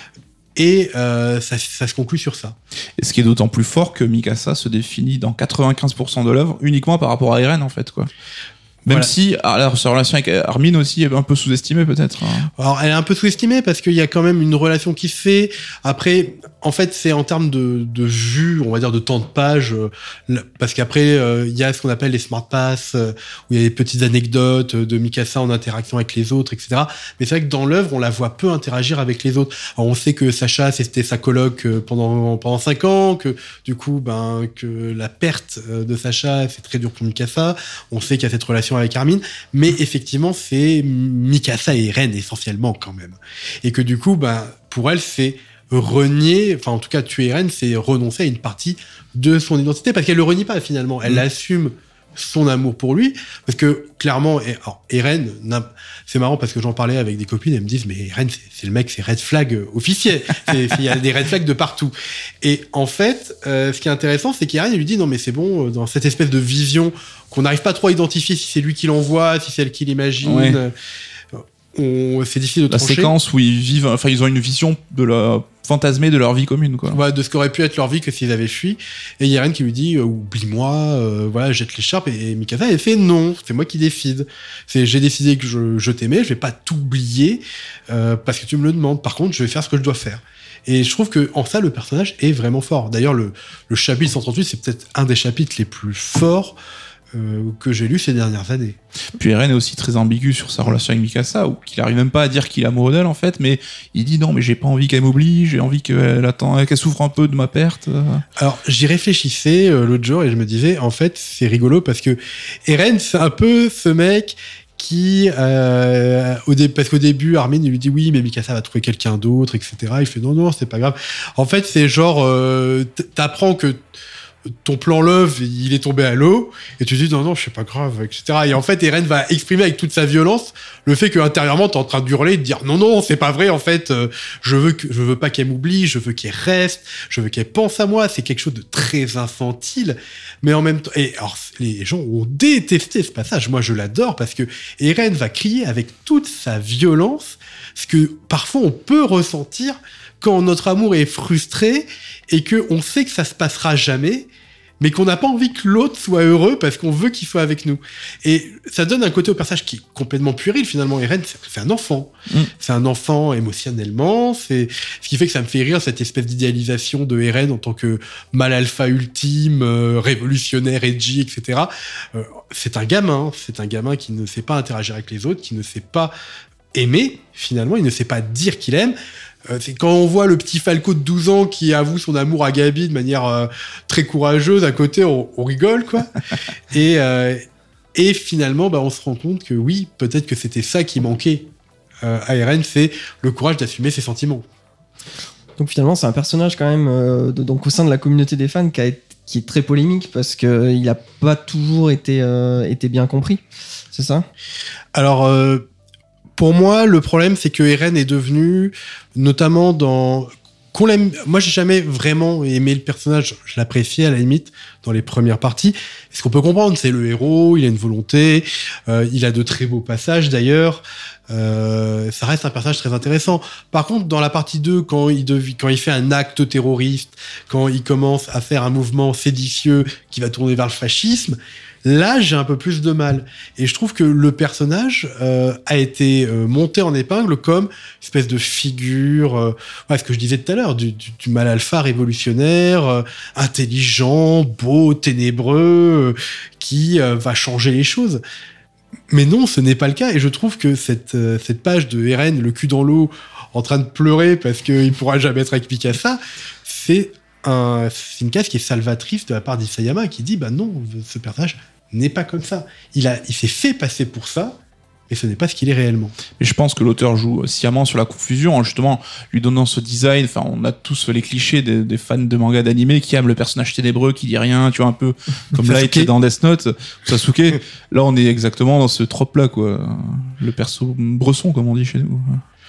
et euh, ça, ça se conclut sur ça. Et ce qui est d'autant plus fort que Mikasa se définit dans quatre-vingt-quinze pour cent de l'œuvre uniquement par rapport à Eren, en fait, quoi. Même voilà. si alors, sa relation avec Armin aussi est un peu sous-estimée, peut-être. Hein. Alors, elle est un peu sous-estimée parce qu'il y a quand même une relation qui se fait. Après, en fait, c'est en termes de, de vue, on va dire de temps de page, euh, parce qu'après, euh, il y a ce qu'on appelle les smart pass, euh, où il y a des petites anecdotes de Mikasa en interaction avec les autres, et cetera. Mais c'est vrai que dans l'œuvre, on la voit peu interagir avec les autres. Alors, on sait que Sacha, c'était sa coloc pendant pendant cinq ans, que du coup, ben, que la perte de Sacha, c'est très dur pour Mikasa. On sait qu'il y a cette relation avec Armin, mais effectivement c'est Mikasa et Eren essentiellement quand même, et que du coup ben, pour elle c'est renier, enfin en tout cas tuer Eren, c'est renoncer à une partie de son identité, parce qu'elle le renie pas finalement, elle mmh. assume son amour pour lui, parce que clairement, alors, Eren, c'est marrant parce que j'en parlais avec des copines, elles me disent mais Eren c'est, c'est le mec, c'est red flag officiel, il y a des red flags de partout. Et en fait, euh, ce qui est intéressant, c'est qu'Eren il lui dit non mais c'est bon, dans cette espèce de vision qu'on n'arrive pas trop à identifier si c'est lui qui l'envoie, si c'est elle qui l'imagine. Ouais. On, c'est difficile de la trancher. La séquence où ils vivent, enfin ils ont une vision de la fantasmée de leur vie commune, quoi. Ouais, de ce qu'aurait pu être leur vie que s'ils avaient fui. Et il y a Eren qui lui dit euh, oublie-moi, euh, voilà, jette l'écharpe. Et, et Mikasa elle fait non, c'est moi qui décide. C'est j'ai décidé que je, je t'aimais, je vais pas t'oublier euh, parce que tu me le demandes. Par contre, je vais faire ce que je dois faire. Et je trouve que en ça le personnage est vraiment fort. D'ailleurs, le, le chapitre cent trente-huit, c'est peut-être un des chapitres les plus forts euh, que j'ai lus ces dernières années. Puis Eren est aussi très ambigu sur sa relation avec Mikasa, ou qu'il arrive même pas à dire qu'il est amoureux d'elle en fait, mais il dit non, mais j'ai pas envie qu'elle m'oublie, j'ai envie qu'elle attend, qu'elle souffre un peu de ma perte. Alors j'y réfléchissais euh, l'autre jour et je me disais en fait c'est rigolo parce que Eren c'est un peu ce mec qui, euh, au dé- parce qu'au début, Armin il lui dit oui, mais Mikasa va trouver quelqu'un d'autre, et cetera. Il fait non, non, c'est pas grave. En fait, c'est genre, euh, t'apprends que ton plan love, il est tombé à l'eau, et tu dis non, non, c'est pas grave, et cetera. Et en fait, Eren va exprimer avec toute sa violence le fait que intérieurement, t'es en train d'hurler, de dire non, non, c'est pas vrai, en fait, euh, je veux que, je veux pas qu'elle m'oublie, je veux qu'elle reste, je veux qu'elle pense à moi. C'est quelque chose de très infantile, mais en même temps, et alors, les gens ont détesté ce passage. Moi, je l'adore parce que Eren va crier avec toute sa violence, ce que parfois on peut ressentir quand notre amour est frustré et que on sait que ça se passera jamais, mais qu'on n'a pas envie que l'autre soit heureux parce qu'on veut qu'il soit avec nous. Et ça donne un côté au personnage qui est complètement puéril, finalement. Eren, c'est, c'est un enfant. Mm. C'est un enfant émotionnellement. C'est ce qui fait que ça me fait rire, cette espèce d'idéalisation de Eren en tant que mâle alpha ultime, euh, révolutionnaire, edgy, et cetera. Euh, c'est un gamin. C'est un gamin qui ne sait pas interagir avec les autres, qui ne sait pas aimer, finalement. Il ne sait pas dire qu'il aime. Euh, c'est quand on voit le petit Falco de douze ans qui avoue son amour à Gabi de manière euh, très courageuse, à côté, on, on rigole, quoi. et, euh, et finalement, bah, on se rend compte que oui, peut-être que c'était ça qui manquait euh, à Eren, c'est le courage d'assumer ses sentiments. Donc finalement, c'est un personnage quand même, euh, de, donc au sein de la communauté des fans, qui, a, qui est très polémique parce qu'il n'a pas toujours été, euh, été bien compris. C'est ça ? Alors... Euh, Pour moi, le problème, c'est que Eren est devenu, notamment dans... Qu'on l'aime... Moi, j'ai jamais vraiment aimé le personnage. Je l'appréciais, à la limite, dans les premières parties. Ce qu'on peut comprendre, c'est le héros, il a une volonté, euh, il a de très beaux passages, d'ailleurs. Euh, ça reste un personnage très intéressant. Par contre, dans la partie deux, quand il, dev... quand il fait un acte terroriste, quand il commence à faire un mouvement séditieux qui va tourner vers le fascisme... Là, j'ai un peu plus de mal. Et je trouve que le personnage euh, a été euh, monté en épingle comme une espèce de figure, euh, ouais, ce que je disais tout à l'heure, du, du, du mal alpha révolutionnaire, euh, intelligent, beau, ténébreux, euh, qui euh, va changer les choses. Mais non, ce n'est pas le cas. Et je trouve que cette, euh, cette page de Eren, le cul dans l'eau, en train de pleurer parce qu'il pourra jamais être avec Mikasa, c'est, un, c'est une case qui est salvatrice de la part d'Isayama, qui dit, bah non, ce personnage n'est pas comme ça. Il, a, il s'est fait passer pour ça, mais ce n'est pas ce qu'il est réellement. Et je pense que l'auteur joue sciemment sur la confusion, en justement lui donnant ce design. Enfin, on a tous les clichés des, des fans de manga d'animé qui aiment le personnage ténébreux qui dit rien, tu vois, un peu comme Light dans Death Note, Sasuke. Là, on est exactement dans ce trope-là, quoi. Le perso bresson, comme on dit chez nous.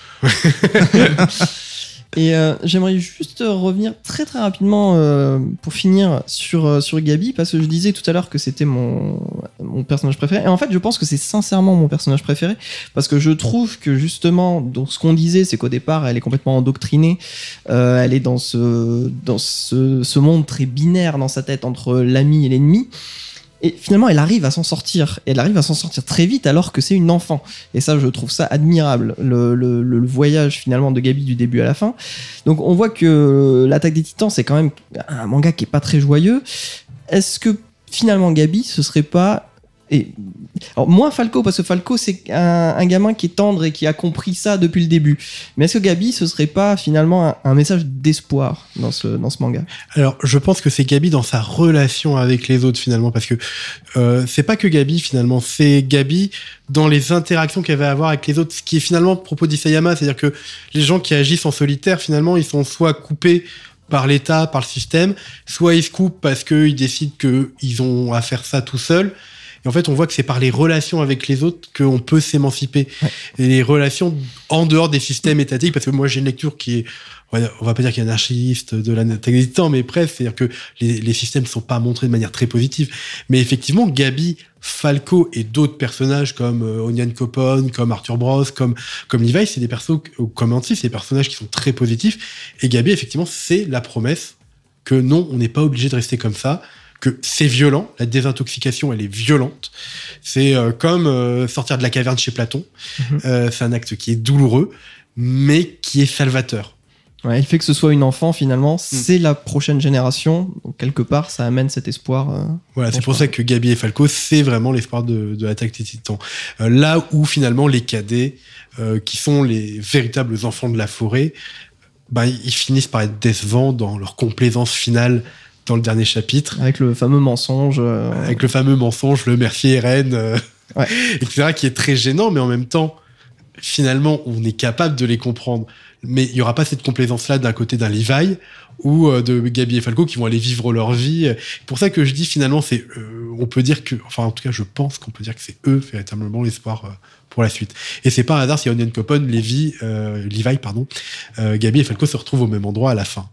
Et euh, j'aimerais juste revenir très très rapidement euh, pour finir sur, euh, sur Gabi, parce que je disais tout à l'heure que c'était mon, mon personnage préféré. Et en fait, je pense que c'est sincèrement mon personnage préféré, parce que je trouve que justement, donc, ce qu'on disait, c'est qu'au départ, elle est complètement endoctrinée. Euh, elle est dans, ce, dans ce, ce monde très binaire dans sa tête entre l'ami et l'ennemi. Et finalement, elle arrive à s'en sortir. Et elle arrive à s'en sortir très vite alors que c'est une enfant. Et ça, je trouve ça admirable, le, le, le voyage finalement de Gabi du début à la fin. Donc on voit que l'Attaque des Titans, c'est quand même un manga qui est pas très joyeux. Est-ce que finalement Gabi, ce serait pas... Et... Alors, moins Falco, parce que Falco, c'est un, un gamin qui est tendre et qui a compris ça depuis le début. Mais est-ce que Gabi, ce serait pas finalement un, un message d'espoir dans ce, dans ce manga ? Alors, je pense que c'est Gabi dans sa relation avec les autres, finalement, parce que euh, c'est pas que Gabi, finalement, c'est Gabi dans les interactions qu'elle va avoir avec les autres, ce qui est finalement le propos d'Isayama, c'est-à-dire que les gens qui agissent en solitaire, finalement, ils sont soit coupés par l'État, par le système, soit ils se coupent parce qu'ils décident qu'ils ont à faire ça tout seuls. Et en fait, on voit que c'est par les relations avec les autres qu'on peut s'émanciper. Ouais. Et les relations en dehors des systèmes étatiques, parce que moi, j'ai une lecture qui est, on va pas dire qu'il est anarchiste de l'Attaque des Titans, mais presque, c'est-à-dire que les, les systèmes ne sont pas montrés de manière très positive. Mais effectivement, Gabi, Falco et d'autres personnages comme euh, Onion Copon, comme Arthur Bros, comme, comme Levi, c'est des persos, comme Anti, c'est des personnages qui sont très positifs. Et Gabi, effectivement, c'est la promesse que non, on n'est pas obligé de rester comme ça, que c'est violent, la désintoxication elle est violente, c'est euh, comme euh, sortir de la caverne chez Platon, mmh. euh, c'est un acte qui est douloureux mais qui est salvateur. Ouais, il fait que ce soit une enfant finalement, c'est mm. la prochaine génération. Donc quelque part, ça amène cet espoir. Euh, voilà, c'est pour ça que Gabi et Falco, c'est vraiment l'espoir de, de l'attaque des Titans. Euh, là où finalement les cadets, euh, qui sont les véritables enfants de la forêt, ben ils finissent par être décevants dans leur complaisance finale dans le dernier chapitre. Avec le fameux mensonge. Euh... Avec le fameux mensonge, le Mercier et Rennes, euh, ouais. et cetera, qui est très gênant, mais en même temps, finalement, on est capable de les comprendre. Mais il n'y aura pas cette complaisance-là d'un côté d'un Levi ou euh, de Gabi et Falco qui vont aller vivre leur vie. C'est pour ça que je dis finalement, c'est, euh, on peut dire que, enfin en tout cas, je pense qu'on peut dire que c'est eux véritablement l'espoir euh, pour la suite. Et c'est pas un hasard si Onion Coupon, Levi, euh, Levi, pardon, euh, Gabi et Falco se retrouvent au même endroit à la fin.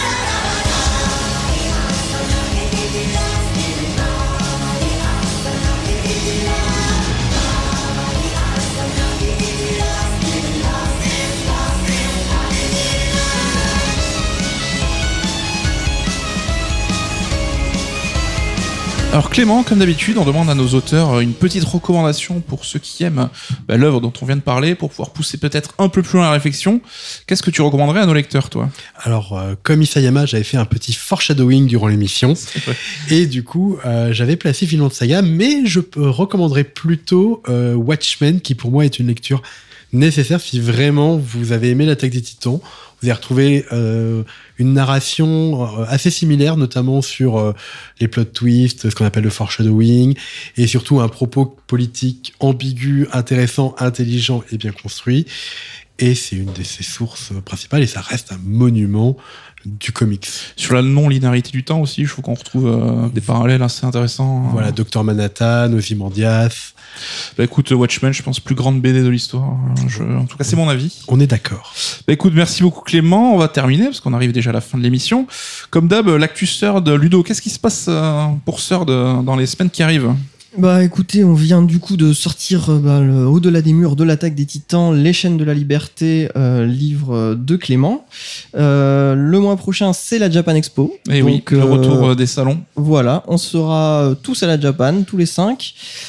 Alors Clément, comme d'habitude, on demande à nos auteurs une petite recommandation pour ceux qui aiment bah, l'œuvre dont on vient de parler, pour pouvoir pousser peut-être un peu plus loin la réflexion. Qu'est-ce que tu recommanderais à nos lecteurs, toi ? Alors, euh, comme Isayama, j'avais fait un petit foreshadowing durant l'émission, et du coup, euh, j'avais placé Vinland Saga, mais je recommanderais plutôt euh, Watchmen, qui pour moi est une lecture nécessaire si vraiment vous avez aimé l'Attaque des Titans. Vous allez retrouver euh, une narration assez similaire, notamment sur euh, les plot twists, ce qu'on appelle le foreshadowing, et surtout un propos politique ambigu, intéressant, intelligent et bien construit. Et c'est une de ses sources principales, et ça reste un monument du comics. Sur la non-linéarité du temps aussi, je trouve qu'on retrouve euh, des parallèles assez intéressants. Voilà, Docteur Manhattan, Ozymandias. Bah écoute, Watchmen, je pense, plus grande B D de l'histoire. Je, en tout cas, c'est mon avis. On est d'accord. Bah écoute, merci beaucoup Clément. On va terminer, parce qu'on arrive déjà à la fin de l'émission. Comme d'hab, l'actu Third, Ludo, qu'est-ce qui se passe pour Third dans les semaines qui arrivent ? Bah écoutez, on vient du coup de sortir bah, le Au-delà des murs de l'attaque des Titans, Les chaînes de la liberté, euh, livre de Clément. Euh, le mois prochain, c'est la Japan Expo. Et donc, oui, le euh, retour des salons. Voilà, on sera tous à la Japan, tous les cinq.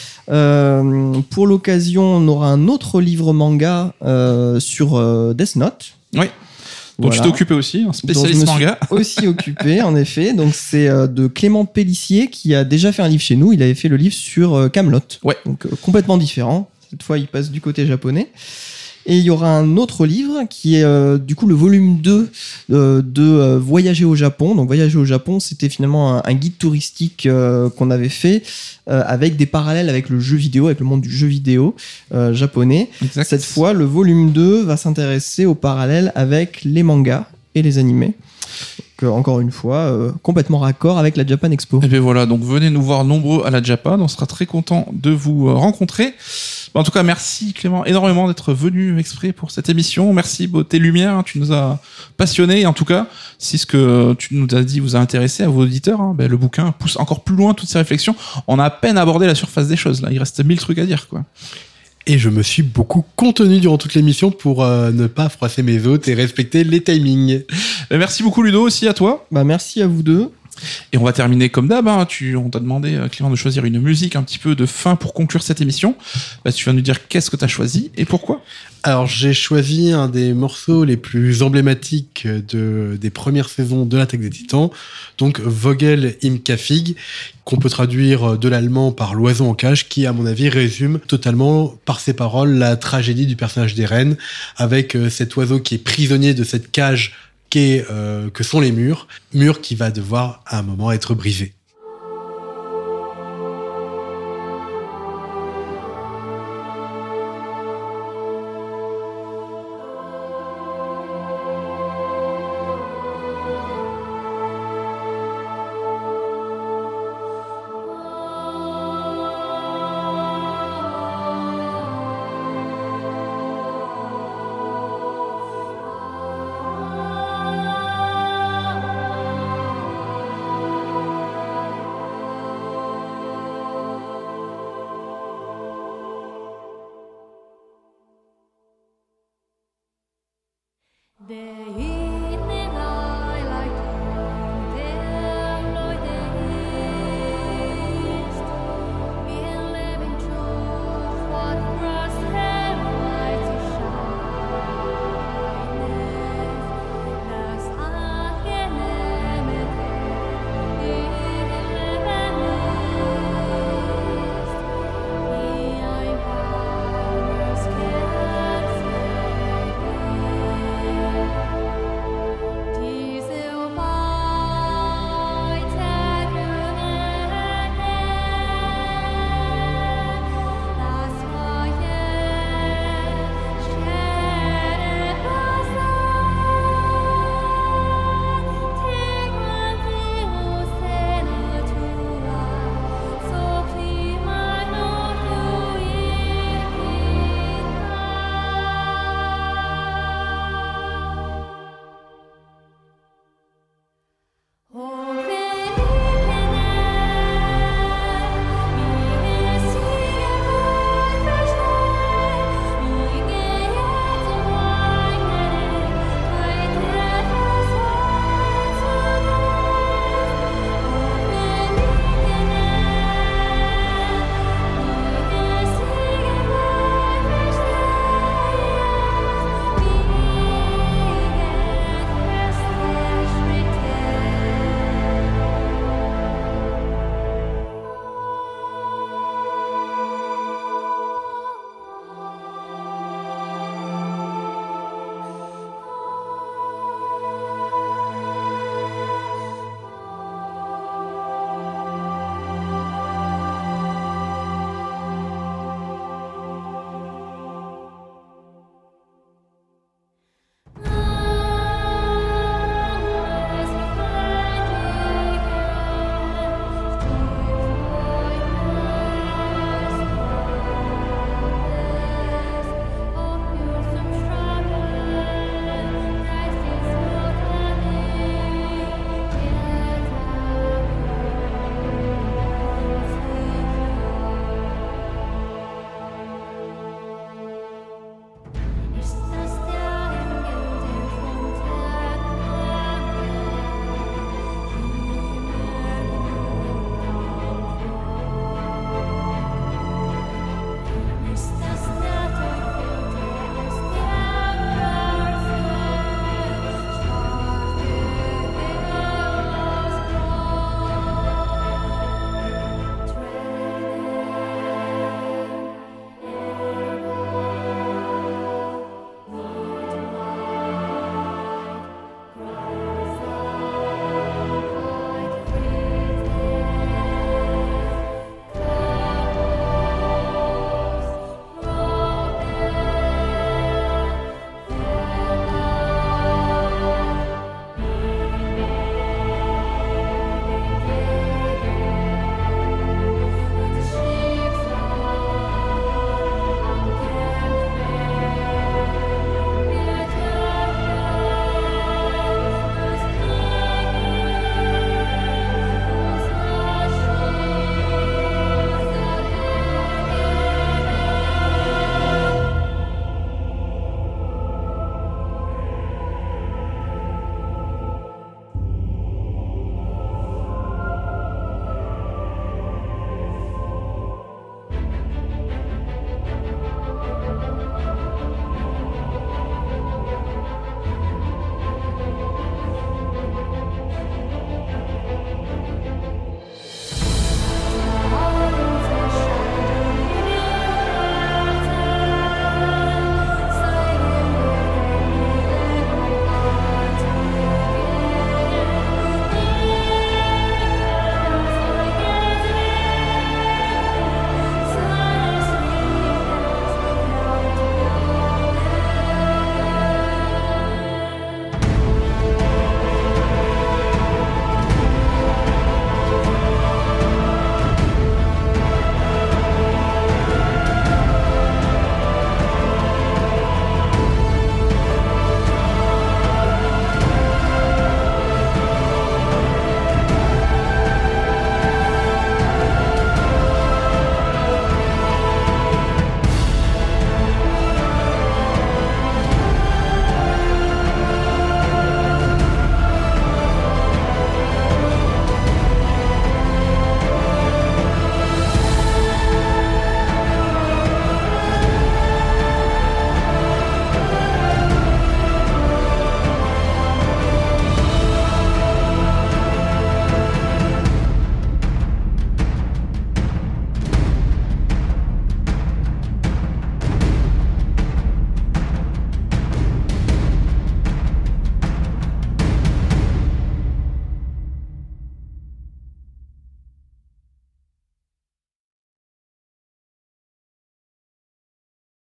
Euh, pour l'occasion, on aura un autre livre manga euh, sur euh, Death Note. Oui. Donc voilà. Tu t'es occupé aussi, un spécialiste manga. Aussi occupé, en effet. Donc c'est euh, de Clément Pellissier qui a déjà fait un livre chez nous. Il avait fait le livre sur euh, Camelot. Ouais. Donc euh, complètement différent. Cette fois, il passe du côté japonais. Et il y aura un autre livre qui est euh, du coup le volume deux euh, de euh, Voyager au Japon. Donc Voyager au Japon, c'était finalement un, un guide touristique euh, qu'on avait fait euh, avec des parallèles avec le jeu vidéo, avec le monde du jeu vidéo euh, japonais. Exact. Cette fois, le volume deux va s'intéresser aux parallèles avec les mangas et les animés. Donc, encore une fois, euh, complètement raccord avec la Japan Expo. Et bien voilà, donc venez nous voir nombreux à la Japan. On sera très content de vous rencontrer. En tout cas, merci Clément énormément d'être venu exprès pour cette émission. Merci Beauté Lumière, tu nous as passionnés. Et en tout cas, si ce que tu nous as dit vous a intéressé à vos auditeurs, hein, ben le bouquin pousse encore plus loin toutes ces réflexions. On a à peine abordé la surface des choses. Là, il reste mille trucs à dire, quoi. Et je me suis beaucoup contenu durant toute l'émission pour euh, ne pas froisser mes hôtes et respecter les timings. Ben merci beaucoup Ludo, aussi à toi. Bah merci à vous deux. Et on va terminer comme d'hab, hein. tu, on t'a demandé, Clément, de choisir une musique un petit peu de fin pour conclure cette émission. Bah, tu vas nous dire qu'est-ce que tu as choisi et pourquoi. Alors, j'ai choisi un des morceaux les plus emblématiques de, des premières saisons de l'Attaque des Titans, donc Vogel im Kafig, qu'on peut traduire de l'allemand par l'oiseau en cage, qui, à mon avis, résume totalement, par ses paroles, la tragédie du personnage d'Eren, avec cet oiseau qui est prisonnier de cette cage Qu'est, euh, que sont les murs, murs qui va devoir à un moment être brisés. There